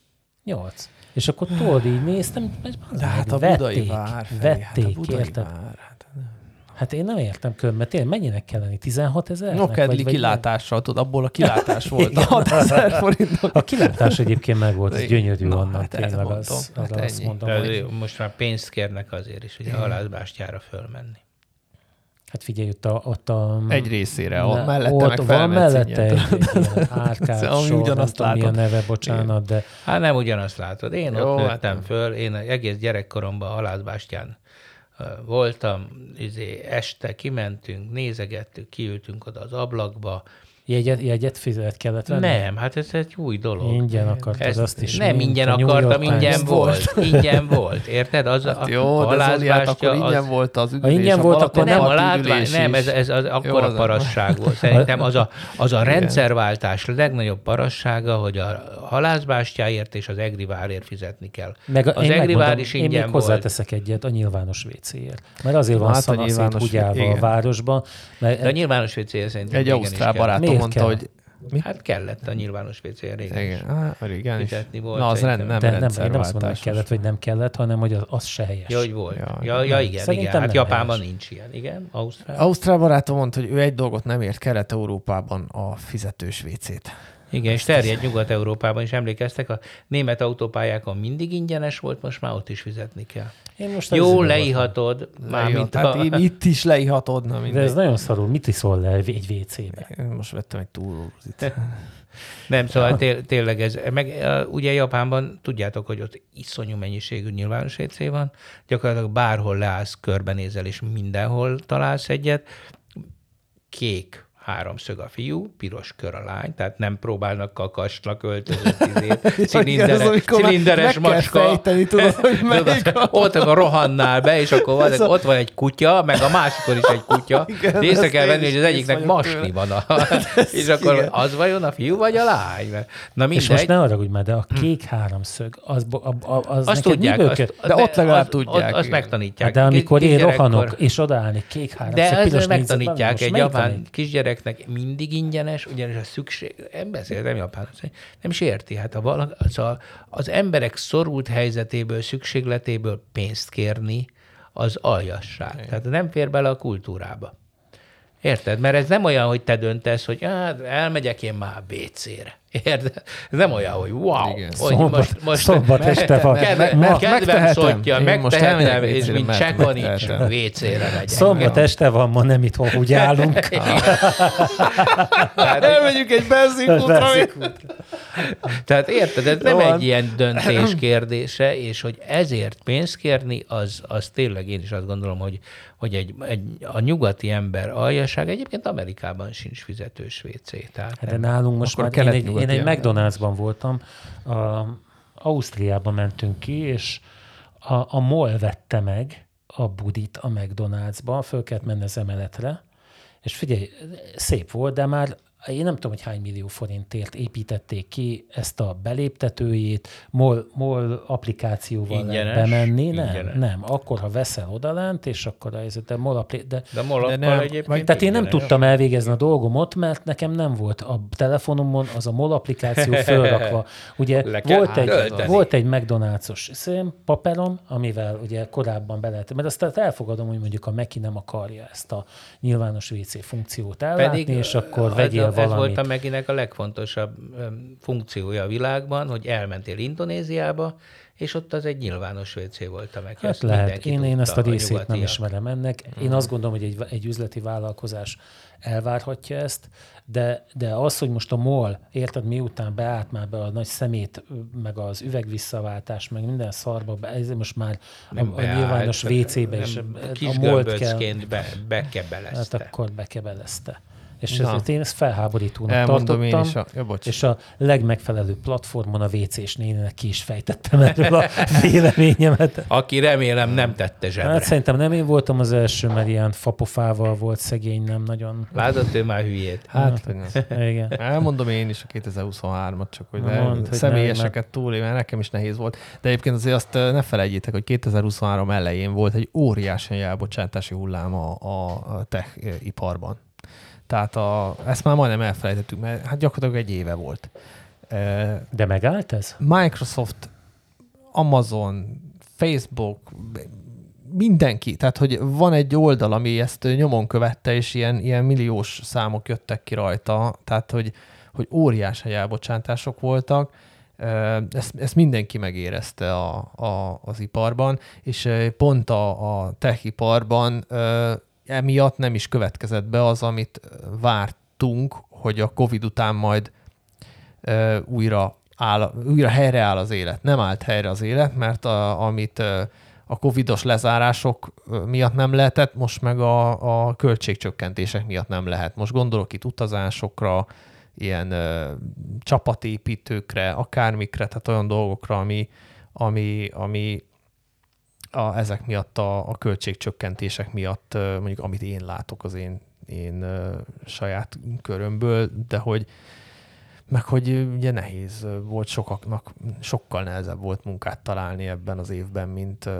És akkor tudod, így néztem, de hát a budai vár felé, vették, érted? Hát én nem értem mert tényleg mennyinek kell lenni? 16 000? Nokedli kilátással, tudod, abból a kilátás volt a 6 000 forintnak. A kilátás egyébként meg volt, ez gyönyörű onnan, hát tényleg azt mondom. Hogy... Most már pénzt kérnek azért is, hogy a halászbástyára fölmenni. Hát figyelj, ott a... Egy részére, mellette meg van mellette egy árkád sor, nem tudom mi a neve, bocsánat, de... Hát nem ugyanazt látod. Én ott nőttem föl, én egész gyerekkoromban a halászbástyán voltam, este kimentünk, nézegettük, kiültünk oda az ablakba. Jegyet fizet kellett venni? Nem, hát ez egy új dolog. Ingyen akartad azt is. Nem ingyen akartam, ingyen volt. Ingyen volt, érted? Hát jó, de Zoliát akkor ingyen volt az üdülés. Ha ingyen volt, akkor nem a látvány, nem, ez az akkora parasság volt. Szerintem az a rendszerváltás legnagyobb parassága, hogy a halászbástyáért és az Egrivárért fizetni kell. Az Egrivár is ingyen volt. Én még hozzáteszek egyet a nyilvános WC-ért. Mert azért van szanaszét húgyálva a városban. De a nyilvános WC-ért szerintem egy ausztrál barátom mondta, hogy... Mi? Hát kellett a nyilvános WC-re régen is. Volt. Na, az nem én azt mondom, hogy kellett, vagy nem kellett, hanem hogy az se helyes. Ja, hogy volt. Ja, igen. Hát Japánban nincs ilyen. Igen, Ausztrál barátom mondta, hogy ő egy dolgot nem ért Kelet-Európában, a fizetős WC-t. Igen, és terjed Nyugat-Európában is, emlékeztek, a német autópályákon mindig ingyenes volt, most már ott is fizetni kell. Jó, leihatod. Itt is leihatod. De ez nagyon szarul. Mit iszol le egy WC-be? Én most vettem egy túrózit. Nem, szóval tényleg ez. Meg ugye Japánban tudjátok, hogy ott iszonyú mennyiségű nyilvános WC van. Gyakorlatilag bárhol leállsz, körbenézel, és mindenhol találsz egyet. Kék háromszög a fiú, piros kör a lány, tehát nem próbálnak kakasnak öltözött cilinderes macska. Fejteni, tudod, hogy melyik ott a rohannál be, és akkor ott van egy kutya, meg a másikon is egy kutya. Igen, észre kell venni, hogy az egyiknek masni van. És akkor az vajon a fiú, vagy a lány? Na mindegy. És most ne arra, hogy már, de a kék háromszög, az azt tudják. De ott legalább tudják. Azt megtanítják. De amikor én rohanok, és odaállni kék háromszög, de ezt megtanítják egy japán kisgyerek, mindig ingyenes, ugyanis a szükség, beszéltem japánul, nem is érti. Hát az emberek szorult helyzetéből, szükségletéből pénzt kérni, az aljasság. Tehát nem fér bele a kultúrába. Érted? Mert ez nem olyan, hogy te döntesz, hogy elmegyek én már WC-re. Érted? Ez nem olyan, hogy wow, hogy szombat este van. Kedvem szottya, megtehetem, és mint Csekonics WC-re megyek. Szombat este van, ma nem itthon úgy állunk. Elmegyünk egy benzinkútra. Tehát érted, ez nem egy ilyen döntés kérdése, és hogy ezért pénzt kérni, az tényleg én is azt gondolom, hogy a nyugati ember aljaság, egyébként Amerikában sincs fizetős WC. De nálunk most már én egy McDonald'sban voltam, Ausztriába mentünk ki, és a MOL vette meg a budit a McDonald'sba, föl kellett menni az emeletre, és figyelj, szép volt, de már én nem tudom, hogy hány millió forintért építették ki ezt a beléptetőjét, MOL applikációval lehet bemenni. Nem. Akkor, ha veszel odalent, és akkor de MOL egyébként tehát én nem tudtam elvégezni a dolgomot, mert nekem nem volt a telefonomon az a MOL applikáció fölrakva. Ugye volt egy McDonald's-os paperom, amivel ugye korábban be lehet, mert azt elfogadom, hogy mondjuk a Meki nem akarja ezt a nyilvános WC funkciót ellátni, és akkor vegyél valami. Ez volt a Mekinek a legfontosabb funkciója a világban, hogy elmentél Indonéziába, és ott az egy nyilvános WC volt a Meki. Hát lehet. Én ezt a részét nem ismerem ennek. Én azt gondolom, hogy egy üzleti vállalkozás elvárhatja ezt, de az, hogy most a MOL, érted, miután beállt már be a nagy szemét, meg az üvegvisszaváltás, meg minden szarba, ez most már a nyilvános WC-be is a MOL-t kell. Bekebelezte. Hát akkor bekebelezte. És ezért én ezt felháborítónak tartottam, és a legmegfelelőbb platformon a WC-s néninek ki is fejtettem erről a véleményemet. Aki remélem nem tette zsebre. Hát szerintem nem én voltam az első, mert ilyen fapofával volt szegény, nem nagyon. Látod, ő már hülyét. Hát, igen. Elmondom én is a 2023-at, csak hogy személyeseket túl, mert nekem is nehéz volt. De egyébként azért azt ne felejtjétek, hogy 2023 elején volt egy óriási elbocsátási hullám a tech iparban. Tehát ezt már majdnem elfelejtettük, mert hát gyakorlatilag egy éve volt. De megállt ez? Microsoft, Amazon, Facebook, mindenki. Tehát, hogy van egy oldal, ami ezt nyomon követte, és ilyen milliós számok jöttek ki rajta. Tehát, hogy óriási elbocsátások voltak. Ezt mindenki megérezte az iparban, és pont a tech iparban emiatt nem is következett be az, amit vártunk, hogy a Covid után majd újra helyreáll az élet. Nem állt helyre az élet, mert amit a covidos lezárások miatt nem lehetett, most meg a költségcsökkentések miatt nem lehet. Most gondolok itt utazásokra, ilyen csapatépítőkre, akármikre, tehát olyan dolgokra, ami ezek miatt a költségcsökkentések miatt, mondjuk amit én látok az én saját körömből, de hogy ugye nehéz volt sokaknak, sokkal nehezebb volt munkát találni ebben az évben,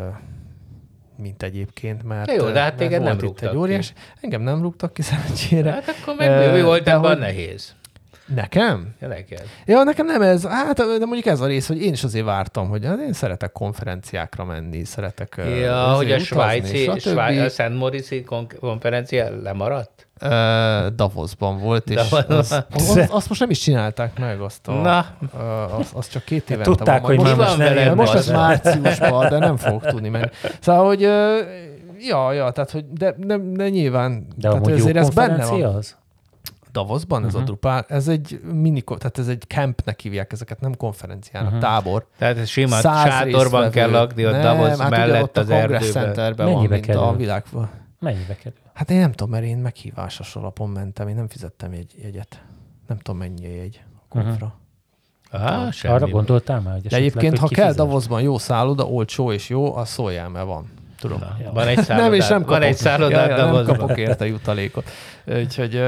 mint egyébként, mert... Jó, de hát téged nem rúgtak ki. Engem nem rúgtak ki szerencsére. Hát akkor meg mi volt ebben nehéz? Nekem? Ja, neked. Ja, nekem nem ez. Hát, de mondjuk ez a rész, hogy én is azért vártam, hogy én szeretek konferenciákra menni, szeretek hogy a svájci, a Szent Moritz konferencia lemaradt? Davosban volt, és azt most nem is csinálták meg, azt csak 2 évente tudták, van. hogy most ez márciusban, de nem fogok tudni menni. Szóval, hogy tehát, hogy de nyilván... De amúgy jó konferencia az? Davosban ez a Drupal, ez egy tehát ez egy campnek hívják ezeket, nem konferenciának, tábor. Tehát ez sima sátorban kell lakni, ott Davos mellett az erdőben. Centerben van, mint a világban. Mennyibe kerül? Hát én nem tudom, mert én meghívásos alapon mentem, én nem fizettem jegyet. Nem tudom, mennyi a jegy a konfra. Arra gondoltál már, hogy de egyébként, ha kell Davosban jó szálloda, olcsó és jó, az szóljál, mert van. Tudom. Van egy szállodát. Nem, és nem kapok. Van egy szállodát, nem kapok érte jutalékot. Úgyhogy,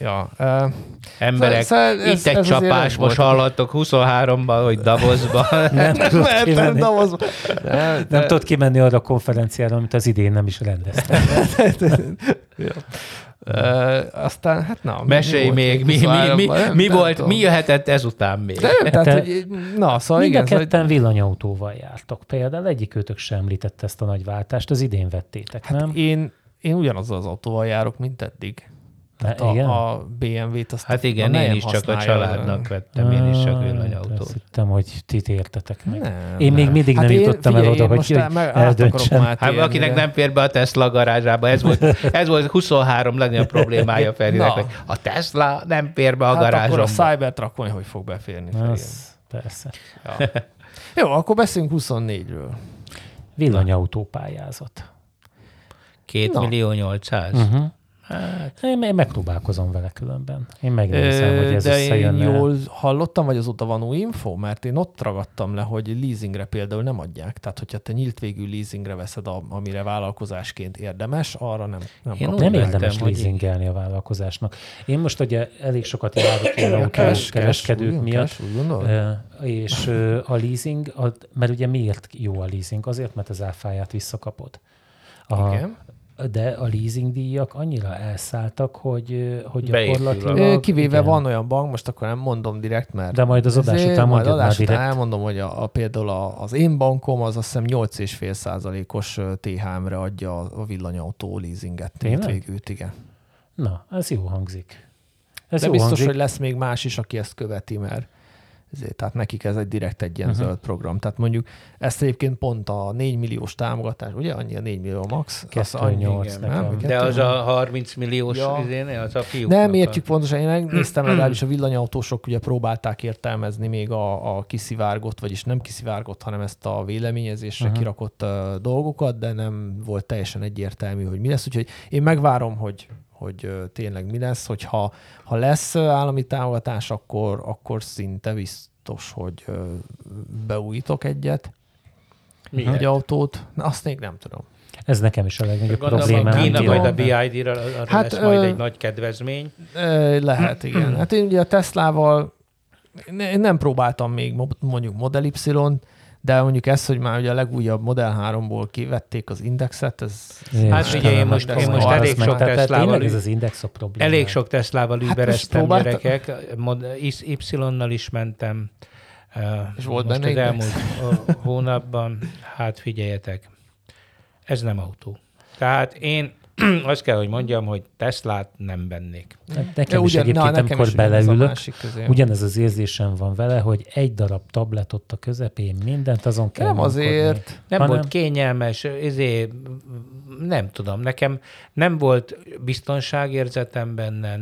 emberek, itt egy csapás, most hallottok 23-ban, hogy Davosban. Nem tudod kimenni arra a konferenciára, amit az idén nem is rendeztek. Aztán, hát na. Mesélj még, mi jöhetett ezután még? Szóval mind a ketten villanyautóval jártok. Például egyikőtök sem említette ezt a nagy váltást, az idén vettétek, nem? Én ugyanazzal az autóval járok, mint eddig. Tehát a BMW-t azt hát igen, én is csak a családnak vettem, én is csak villanyautót. Azt hittem, hogy ti értetek meg. Én még mindig nem jutottam el oda, hogy eldöntsem. Hát akinek nem fér be a Tesla garázsába, ez volt 23 legnagyobb problémája Ferinek, hogy a Tesla nem fér be a garázsomba. Hát akkor a Cybertruck hogy fog beférni? Persze. Jó, akkor beszélünk 24-ről. Villanyautópályázat. 2.800.000. Hát, én megpróbálkozom vele különben. Én megnézem, hogy ez összejönne. De én jól hallottam, vagy azóta van új info? Mert én ott ragadtam le, hogy leasingre például nem adják. Tehát, hogyha te nyílt végű leasingre veszed, amire vállalkozásként érdemes, arra nem nem érdemes leasingelni a vállalkozásnak. Én most ugye elég sokat járok ilyen autókereskedők miatt, és a leasing, mert ugye miért jó a leasing? Azért, mert az áfáját visszakapod. Igen. De a leasing díjak annyira elszálltak, hogy gyakorlatilag... Kivéve igen. Van olyan bank, most akkor nem mondom direkt, mert... De majd az adás után mondjad már direkt. Elmondom, hogy például az én bankom az azt hiszem 8,5%-os THM-re adja a villanyautó leasinget. Végült, igen. Na, ez jó hangzik. De biztos, hogy lesz még más is, aki ezt követi, mert tehát nekik ez egy ilyen zöld program. Tehát mondjuk ezt egyébként pont a 4 milliós támogatás, ugye annyi a 4 millió max? 2,8 nekem. De az a 30 milliós az a fiúknak. Nem értjük pontosan. Én megnéztem legalábbis a villanyautósok ugye próbálták értelmezni még a kiszivárgott, vagyis nem kiszivárgott, hanem ezt a véleményezésre kirakott dolgokat, de nem volt teljesen egyértelmű, hogy mi lesz. Úgyhogy én megvárom, hogy tényleg mi lesz, hogyha lesz állami támogatás, akkor szinte biztos, hogy beújítok egyet. Egy autót. Na, azt még nem tudom. Ez nekem is a legnagyobb problémám. Kína majd a BID-ra lesz majd egy nagy kedvezmény. Lehet, igen. Hát én ugye a Teslával én nem próbáltam még mondjuk Model Y-t, de mondjuk ez, hogy már ugye a legújabb Model 3-ból kivették az indexet, ez... Hát figyelj, én most elég sok Teslával... Ez az indexok probléma. Elég sok Teslával übereztem, gyerekek. Y-nal is mentem. És volt benne az elmúlt hónapban. Hát figyeljetek, ez nem autó. Tehát én azt kell, hogy mondjam, hogy Teslát nem vennék. Nekem is egyébként, amikor beleülök, ugyanez az érzésem van vele, hogy egy darab tablet ott a közepén, mindent azon kell nem azért. Nem volt kényelmes, nem tudom, nekem nem volt biztonságérzetem benne,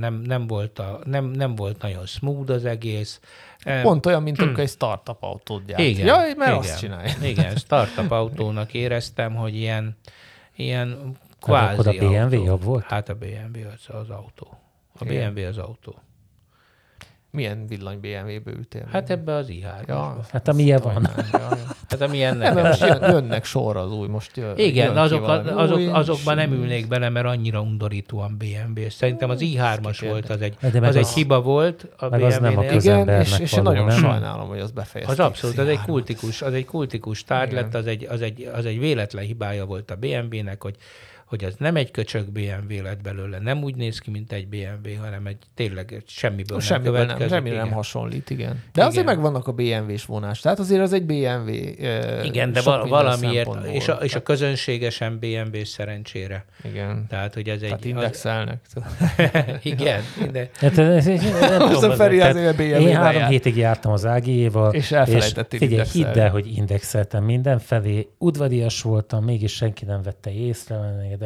nem volt nagyon smooth az egész. Pont olyan, mint amikor egy startup autót gyárt. Igen, mert igen, azt csinálja. Igen, startup autónak éreztem, hogy ilyen kvázi akkor a BMW autó. jobb volt? Hát a BMW az autó. A BMW az autó. Milyen villany BMW-be ültél? Hát ebbe az i3. Ja, hát amilyen van. Hát amilyen nem. Most jönnek sorra az új. Most igen, azokban nem ülnék bele, mert annyira undorítóan BMW. Szerintem az i3-as volt, az egy hiba volt a BMW-nél. Igen, és én nagyon sajnálom, hogy azt befejezték. Az abszolút, az egy kultikus tárgy lett, az egy véletlen hibája volt a BMW-nek, hogy az nem egy köcsög BMW lett belőle, nem úgy néz ki, mint egy BMW, hanem tényleg semmiből nem következik. Semmire nem hasonlít, igen. De igen. Azért megvannak a BMW-s vonás. Tehát azért az egy BMW. Igen, de valamiért, és a közönségesen BMW szerencsére. Igen. Tehát, hogy ez tehát indexelnek. Igen. Most a Feri azért BMW-ben Én 3 hétig jártam az Ágiéval, és elfelejtettél figyelj, hidd el, hogy indexeltem mindenfelé, udvarias voltam, mégis senki nem vette észre,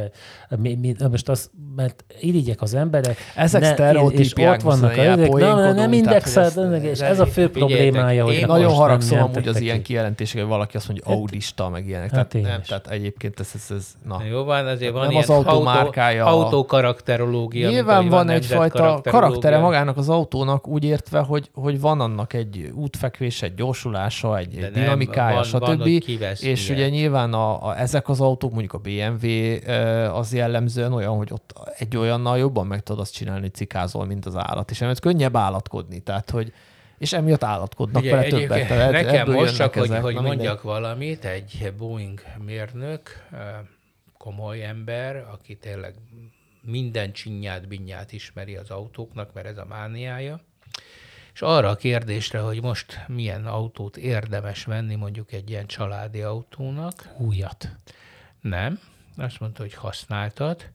de most az, mert irigyek az emberek, ezek sztereotípiák, és ott vannak nem indexel, és ez a fő problémája, hogy nagyon haragszom amúgy az ilyen kijelentések, hogy valaki azt mondja, hogy audista, meg ilyenek. Tehát egyébként ez jó van, azért van nem ilyen az autómárkája. Autókarakterológia. Nyilván van egyfajta karaktere magának az autónak, úgy értve, hogy van annak egy útfekvés, egy gyorsulása, egy dinamikája, stb. És ugye nyilván ezek az autók, mondjuk a BMW, az jellemzően olyan, hogy ott egy olyannal jobban meg tudod azt csinálni, hogy cikázol, mint az állat. És emiatt könnyebb állatkodni. Tehát, hogy és emiatt állatkodnak vele többet. Nekem most csak, hogy mondjak valamit, egy Boeing mérnök, komoly ember, aki tényleg minden csinyát, binyát ismeri az autóknak, mert ez a mániája. És arra a kérdésre, hogy most milyen autót érdemes venni, mondjuk egy ilyen családi autónak. Újat. Nem. Azt mondta, hogy használtat.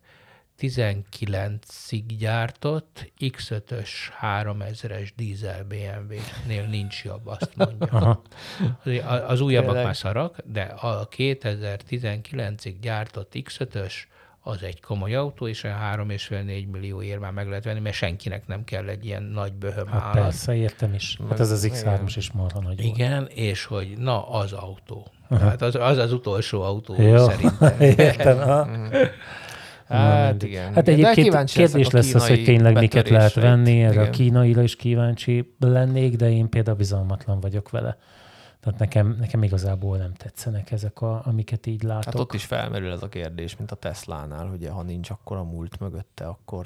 19-ig gyártott X5-ös 3000-es dízel BMW-nél nincs jobb, azt mondja. Az újabbak már szarak, de a 2019-ig gyártott X5-ös az egy komoly autó, és a 3,5-4 millióért már meg lehet venni, mert senkinek nem kell egy ilyen nagy böhöm állat. Persze, értem is. Hát ez az X3-os is marha nagy volt. Igen, és hogy na, az autó. Tehát az utolsó autó szerintem. Értem. Hát igen. Hát egyébként kérdés lesz az, hogy tényleg miket lehet venni, erre a kínaira is kíváncsi lennék, de én például bizalmatlan vagyok vele. Tehát nekem igazából nem tetszenek ezek, amiket így látok. Hát ott is felmerül ez a kérdés, mint a Teslánál, hogy ha nincs akkor a múlt mögötte, akkor...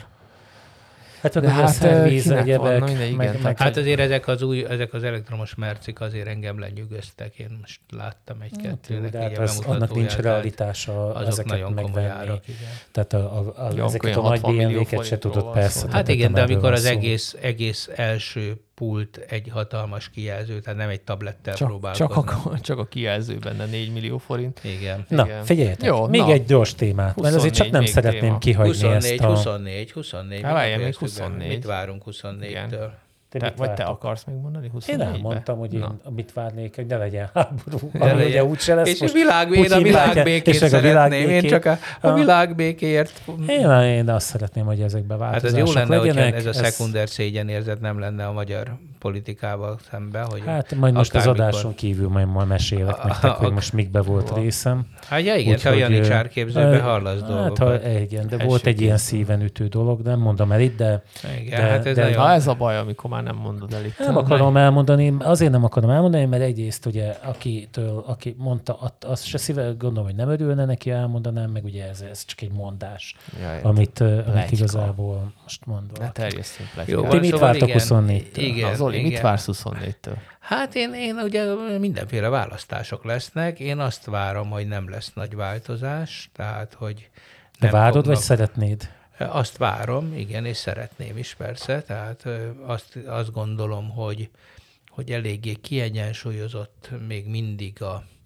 Hát a szerviz, egyebek. Hát azért ezek az elektromos mercik azért engem lenyűgöztek. Én most láttam egy-kettőnek. De hát annak nincs realitása ezeket megvenni. Tehát ezeket a nagy BMW-ket se tudod persze. Hát igen, de amikor az egész első pult egy hatalmas kijelző, tehát nem egy tablettel próbálkoznak. Csak a kijelző benne 4 millió forint. Igen. Na, figyeljetek, még egy gyors témát, mert azért csak nem szeretném kihagyni ezt a... 24. Várjál, még 24. Mit várunk 24-től? Vagy te akarsz megmondani 24-be? Én elmondtam, hogy én mit várnék, hogy ne legyen háború. Ugye úgyse lesz. És én a világbékét szeretném. Én csak a világbékéért. Én azt szeretném, hogy ezekbe változások legyenek. Hát ez jó lenne, legyenek. hogyha ez a szekunder szégyenérzet nem lenne a magyar politikával szemben. Hogy hát majd most az adáson kívül majd mesélek nektek, hogy most mikbe volt részem. Hát ja, igen, te a Janicsár képzőben hallasz dolgokat. Hát igen, de volt egy ilyen szíven ütő dolog, nem mondom el itt, de... Ez a baj, amikor már nem mondod el itt. Nem akarom elmondani, azért nem akarom elmondani, mert egyrészt ugye, aki mondta, azt se szíve, gondolom, hogy nem örülne neki, elmondanám, meg ugye ez csak egy mondás, amit igazából most mondom. Ne terjesztünk plegykát. Ti mit vártok 24-től? Igen. Zoli, mit vársz 24-től? Hát én ugye mindenféle választások lesznek, én azt várom, hogy nem lesz nagy változás, tehát hogy... De várod, vagy szeretnéd? Azt várom, igen, és szeretném is persze, tehát azt gondolom, hogy eléggé kiegyensúlyozott még mindig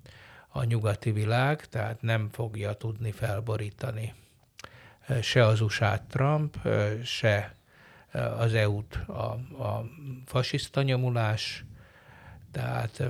a nyugati világ, tehát nem fogja tudni felborítani se az USA-t Trump, se az EU-t a fasiszta nyomulás, tehát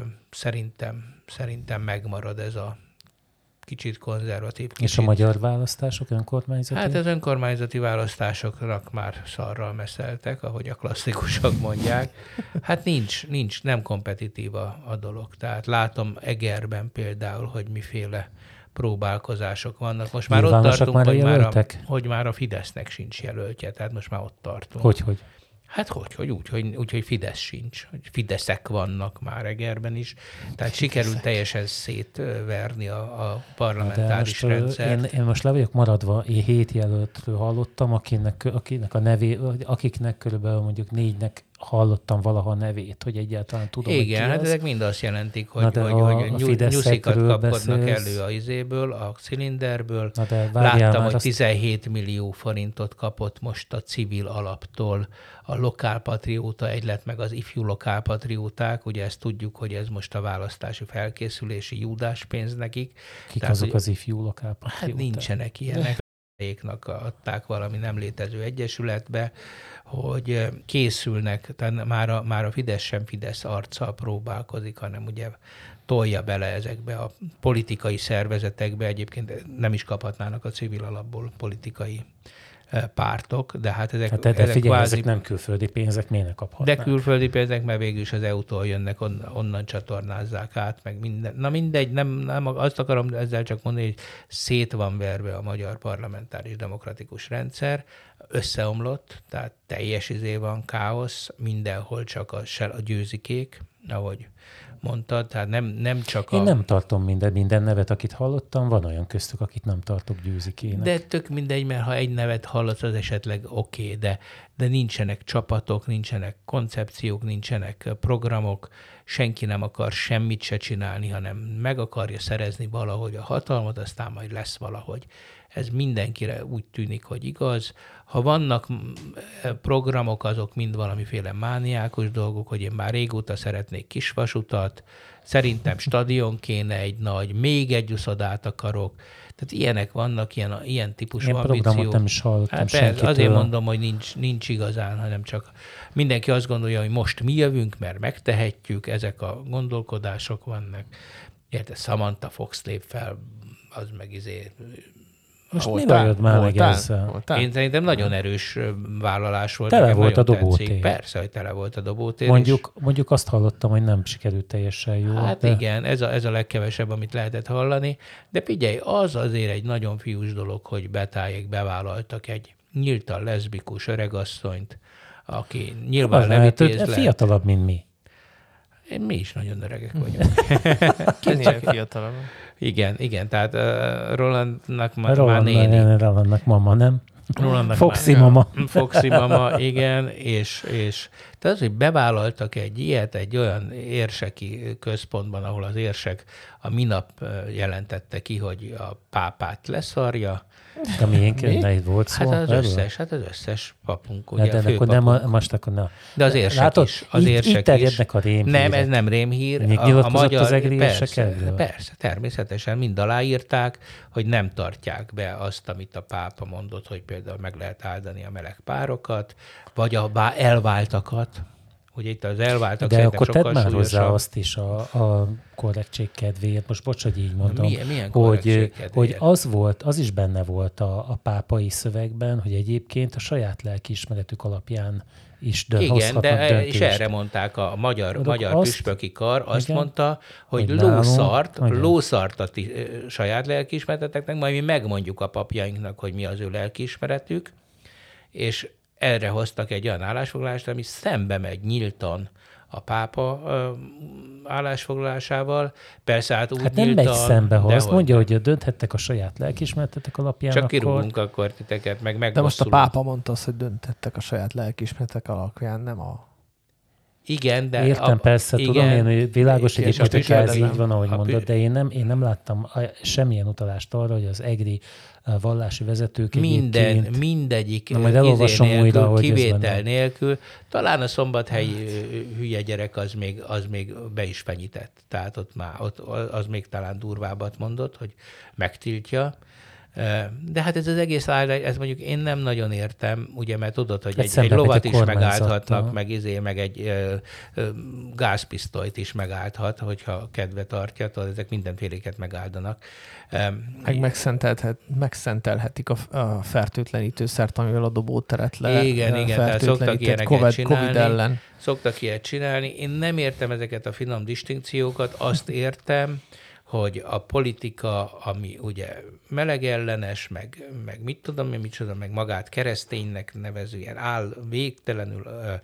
szerintem megmarad ez a kicsit konzervatív. És a magyar választások, önkormányzati? Hát az önkormányzati választásoknak már szarral meszeltek, ahogy a klasszikusok mondják. Hát nem kompetitív a dolog. Tehát látom Egerben például, hogy miféle próbálkozások vannak. Most már ott tartunk, hogy már a Fidesznek sincs jelöltje, tehát most már ott tartunk. Hogy? Hát hogy Fidesz sincs, hogy Fideszek vannak már Egerben is. Tehát sikerült teljesen szétverni a parlamentáris rendszert. Én most le vagyok maradva, én 7 jelöltről hallottam, akinek a nevé, akiknek körülbelül mondjuk 4-nek hallottam valaha a nevét, hogy egyáltalán tudom, igen, hogy hát ezek mind azt jelentik, hogy nyuszikat kapkodnak elő a izéből, a cilinderből. Láttam, hogy 17 millió forintot kapott most a civil alaptól a lokálpatrióta egylet, meg az ifjú lokálpatrióták. Ugye ezt tudjuk, hogy ez most a választási felkészülési júdás pénz nekik. Kik azok az ifjú lokálpatrióták? Hát nincsenek ilyenek. Adták valami nem létező egyesületbe, hogy készülnek, tehát már a Fidesz sem Fidesz arccal próbálkozik, hanem ugye tolja bele ezekbe a politikai szervezetekbe, egyébként nem is kaphatnának a civil alapból politikai pártok, de hát ezek... Hát de figyelj, ezek nem külföldi pénzek, miért ne kaphatnák? De külföldi pénzek, mert végül is az EU-tól jönnek, onnan csatornázzák át, meg minden. Na mindegy, nem azt akarom ezzel csak mondani, hogy szét van verve a magyar parlamentáris demokratikus rendszer, összeomlott, tehát teljes van, káosz, mindenhol csak a győzikék, ahogy mondtad, tehát nem csak Én nem tartom minden nevet, akit hallottam, van olyan köztük, akit nem tartok győzikének. De tök mindegy, mert ha egy nevet hallasz, az esetleg oké, de nincsenek csapatok, nincsenek koncepciók, nincsenek programok, senki nem akar semmit se csinálni, hanem meg akarja szerezni valahogy a hatalmat, aztán majd lesz valahogy. Ez mindenkire úgy tűnik, hogy igaz. Ha vannak programok, azok mind valamiféle mániákos dolgok, hogy én már régóta szeretnék kisvasutat, szerintem stadion kéne egy nagy, még egy uszodát akarok. Tehát ilyenek vannak, ilyen típusú ambíciók. Programot nem is hallottam hát senkitől. Azért mondom, hogy nincs igazán, hanem csak mindenki azt gondolja, hogy most mi jövünk, mert megtehetjük, ezek a gondolkodások vannak. Érted, Samantha Fox lép fel, az meg Most mi bajod már meg ezzel? Én szerintem nagyon erős vállalás volt. Tele volt a dobótér. Persze, hogy tele volt a dobótér. Mondjuk azt hallottam, hogy nem sikerült teljesen jól. Hát igen, ez a legkevesebb, amit lehetett hallani. De figyelj, az azért egy nagyon fiús dolog, hogy Betájék bevállaltak egy nyíltan leszbikus öregasszonyt, aki nyilván levitézlet. Fiatalabb, mint mi. Mi is nagyon öregek vagyunk. Kinél fiatalabb? Igen, tehát Rolandnak már néni. Rolandnak mama, nem? Rolandnak Foxy mama. Foxy mama, igen, és tehát az, hogy bevállaltak egy ilyet, egy olyan érseki központban, ahol az érsek a minap jelentette ki, hogy a pápát leszarja. De miénk volt szó? Hát az összes papunk, ugye de akkor nem, most akkor nem. De az érsek látod, is. Az érsek itt terjednek a rémhírek. Nem, ez nem rémhír. A magyar, az egri érsek erről? Persze, természetesen mind aláírták, hogy nem tartják be azt, amit a pápa mondott, hogy például meg lehet áldani a meleg párokat, vagy a elváltakat. Ugye itt az elváltak de akkor tedd már hozzá azt is a korrektség kedvéért. Most bocs, hogy így mondom. Milyen hogy az is benne volt a pápai szövegben, hogy egyébként a saját lelkiismeretük alapján is hozhatnak döntést. És erre mondták a magyar püspöki kar, azt igen, mondta, hogy lószart a saját lelkiismereteteknek, majd mi megmondjuk a papjainknak, hogy mi az ő lelkiismeretük, és erre hoztak egy olyan állásfoglalást, ami szembe megy nyíltan a pápa állásfoglalásával. Persze hát úgy nem nyíltan, megy szembe, ha azt mondja, hogy dönthettek a saját lelkiismeretetek alapján. Csak kirúgunk akkor titeket, meg megbosszulunk. De most a pápa mondta azt, hogy döntettek a saját lelkiismeretek alapján, nem a... Igen, de... Értem, persze, tudom én, hogy világos, hogy egyébként ez így van, ahogy mondod, de én nem láttam semmilyen utalást arra, hogy az egri vallási vezetők mindegyik majd elolvasom újra, hogy kivétel nélkül. Talán a szombathelyi hülye gyerek az még be is fenyített. Tehát ott az még talán durvábbat mondott, hogy megtiltja. De hát ez az egész ez mondjuk én nem nagyon értem, ugye, mert tudod, hogy egy lovat is megállhatnak, meg egy gázpisztolyt is megállhat, hogyha kedve tartja, tudod, ezek mindenféléket megáldanak. Meg megszentelhetik a fertőtlenítőszert, amivel a dobóteret igen, tehát szoktak ilyeneket csinálni. COVID ellen. Szoktak ilyet csinálni. Én nem értem ezeket a finom distinkciókat, azt értem, hogy a politika, ami ugye melegellenes, meg mit tudom én, micsoda, meg magát kereszténynek nevező, ilyen végtelenül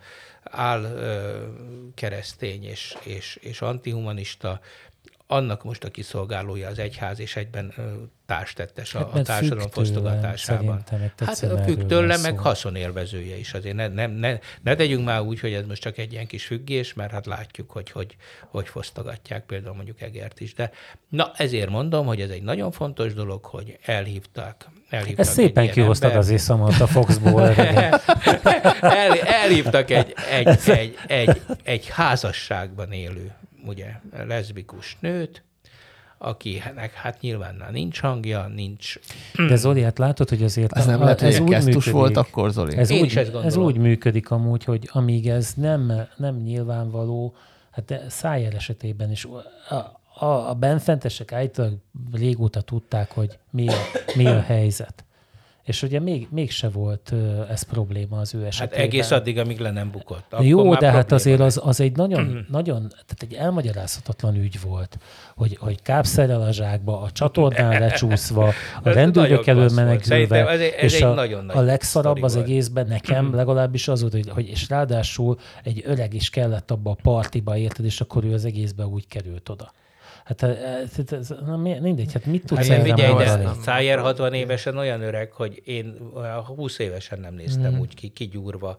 keresztény és antihumanista, annak most a kiszolgálója az egyház, és egyben társtettes a társadalom fosztogatásában. Hát függ tőle, meg haszonélvezője is. Azért ne tegyünk már úgy, hogy ez most csak egy ilyen kis függés, mert hát látjuk, hogy fosztogatják például mondjuk Egert is. De na, ezért mondom, hogy ez egy nagyon fontos dolog, hogy elhívtak ezt szépen kihoztad az iszamot a Foxból. Elhívtak egy házasságban élő, ugye, leszbikus nőt, akinek hát nyilván nincs hangja, nincs... De Zoli, hát látod, hogy azért... Ez nem lehet, hogy egy gesztus volt akkor, Zoli? Ez úgy működik amúgy, hogy amíg ez nem nyilvánvaló, hát Szájer esetében is a benfentesek állítólag régóta tudták, hogy mi a helyzet. És ugye mégse volt ez probléma az ő esetében. Hát egész addig, amíg le nem bukott. Akkor jó, de hát azért az egy nagyon, tehát egy elmagyarázhatatlan ügy volt, hogy kábszerrel a zsákba, a csatornán lecsúszva, a rendőrök elől menekülve, és a legszarabb az egészben nekem legalábbis az volt, hogy és ráadásul egy öreg is kellett abba a partiba, érted, és akkor ő az egészben úgy került oda. Hát mindegy, hát mit tudsz erre mondani? Szájer 60 évesen olyan öreg, hogy én 20 évesen nem néztem úgy kigyúrva.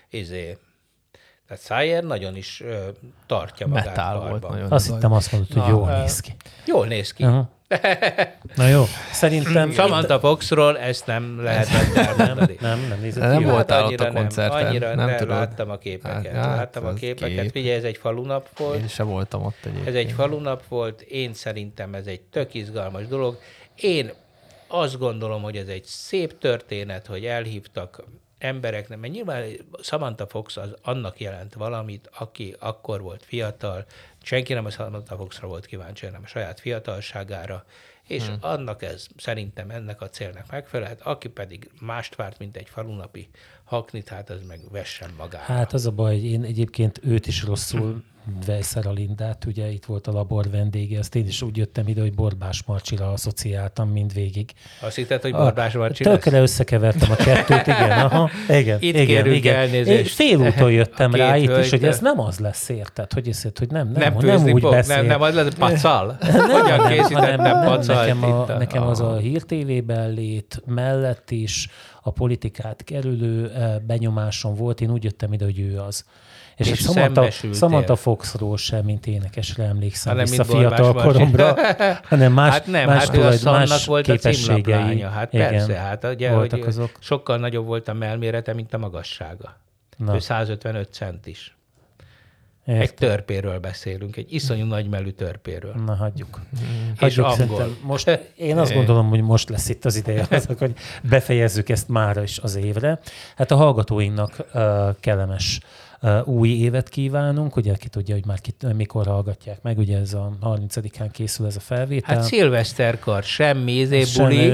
Tehát Szájer nagyon is tartja magát karban. Azt hittem, azt mondod, hogy jól néz ki. Jól néz ki. Na jó, szerintem... Samantha Foxról ezt nem lehetett elmondani. Nem nézett. Nem voltál ott a koncerten. Annyira nem láttam a képeket. Figyelj, ez egy falunap volt. Én sem voltam ott egyébként. Ez egy falunap volt. Én szerintem ez egy tök izgalmas dolog. Én azt gondolom, hogy ez egy szép történet, hogy elhívtak embereknek, mert nyilván Samantha Fox az annak jelent valamit, aki akkor volt fiatal, senki nem a Samantha Foxra volt kíváncsi, hanem a saját fiatalságára, És annak ez szerintem ennek a célnak megfelelt, aki pedig mást várt, mint egy falunapi haknit, hát az meg vessen magára. Hát az a baj, hogy én egyébként őt is rosszul Weiser Alindát, ugye itt volt a labor vendége, azt én is úgy jöttem ide, hogy Borbás Marcsira asszociáltam mindvégig. Azt hitted, hogy Borbás Marcsi lesz? Tökre összekevertem a kettőt, igen. Aha, igen, itt igen, kérünk igen. elnézést. Félúton jöttem rá itt is, hogy de... ez nem az lesz, érted? Hogy hiszed, hogy nem úgy fog, beszél. Nem az lesz, pacal. Hogyan készítettem pacalt? Nekem az a Hír TV-ben lét mellett is a politikát kerülő benyomásom volt, én úgy jöttem ide, hogy ő az. És Samantha Foxról sem, mint énekesre emlékszem vissza fiatal koromra, hanem más képességei. Hát persze, hát ugye, hogy sokkal nagyobb volt a melmérete, mint a magassága. Ő 155 centis. Egy törpéről beszélünk, egy iszonyú nagymelű törpéről. Na, hagyjuk. És angol. Most, én azt gondolom, hogy most lesz itt az ideje, hogy befejezzük ezt mára is az évre. Hát a hallgatóinknak kellemes új évet kívánunk, ugye ki tudja, hogy már mikor hallgatják meg, ugye ez a 30-án készül ez a felvétel. Hát szilveszterkor, semmi buli,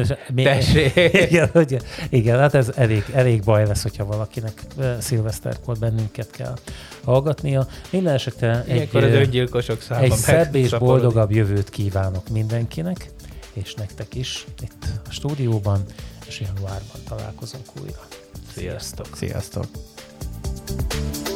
igen, hát ez elég baj lesz, hogyha valakinek szilveszterkor bennünket kell hallgatnia. Minden esetre egy szebb és boldogabb jövőt kívánok mindenkinek, és nektek is itt a stúdióban, és januárban találkozunk újra. Sziasztok! Sziasztok!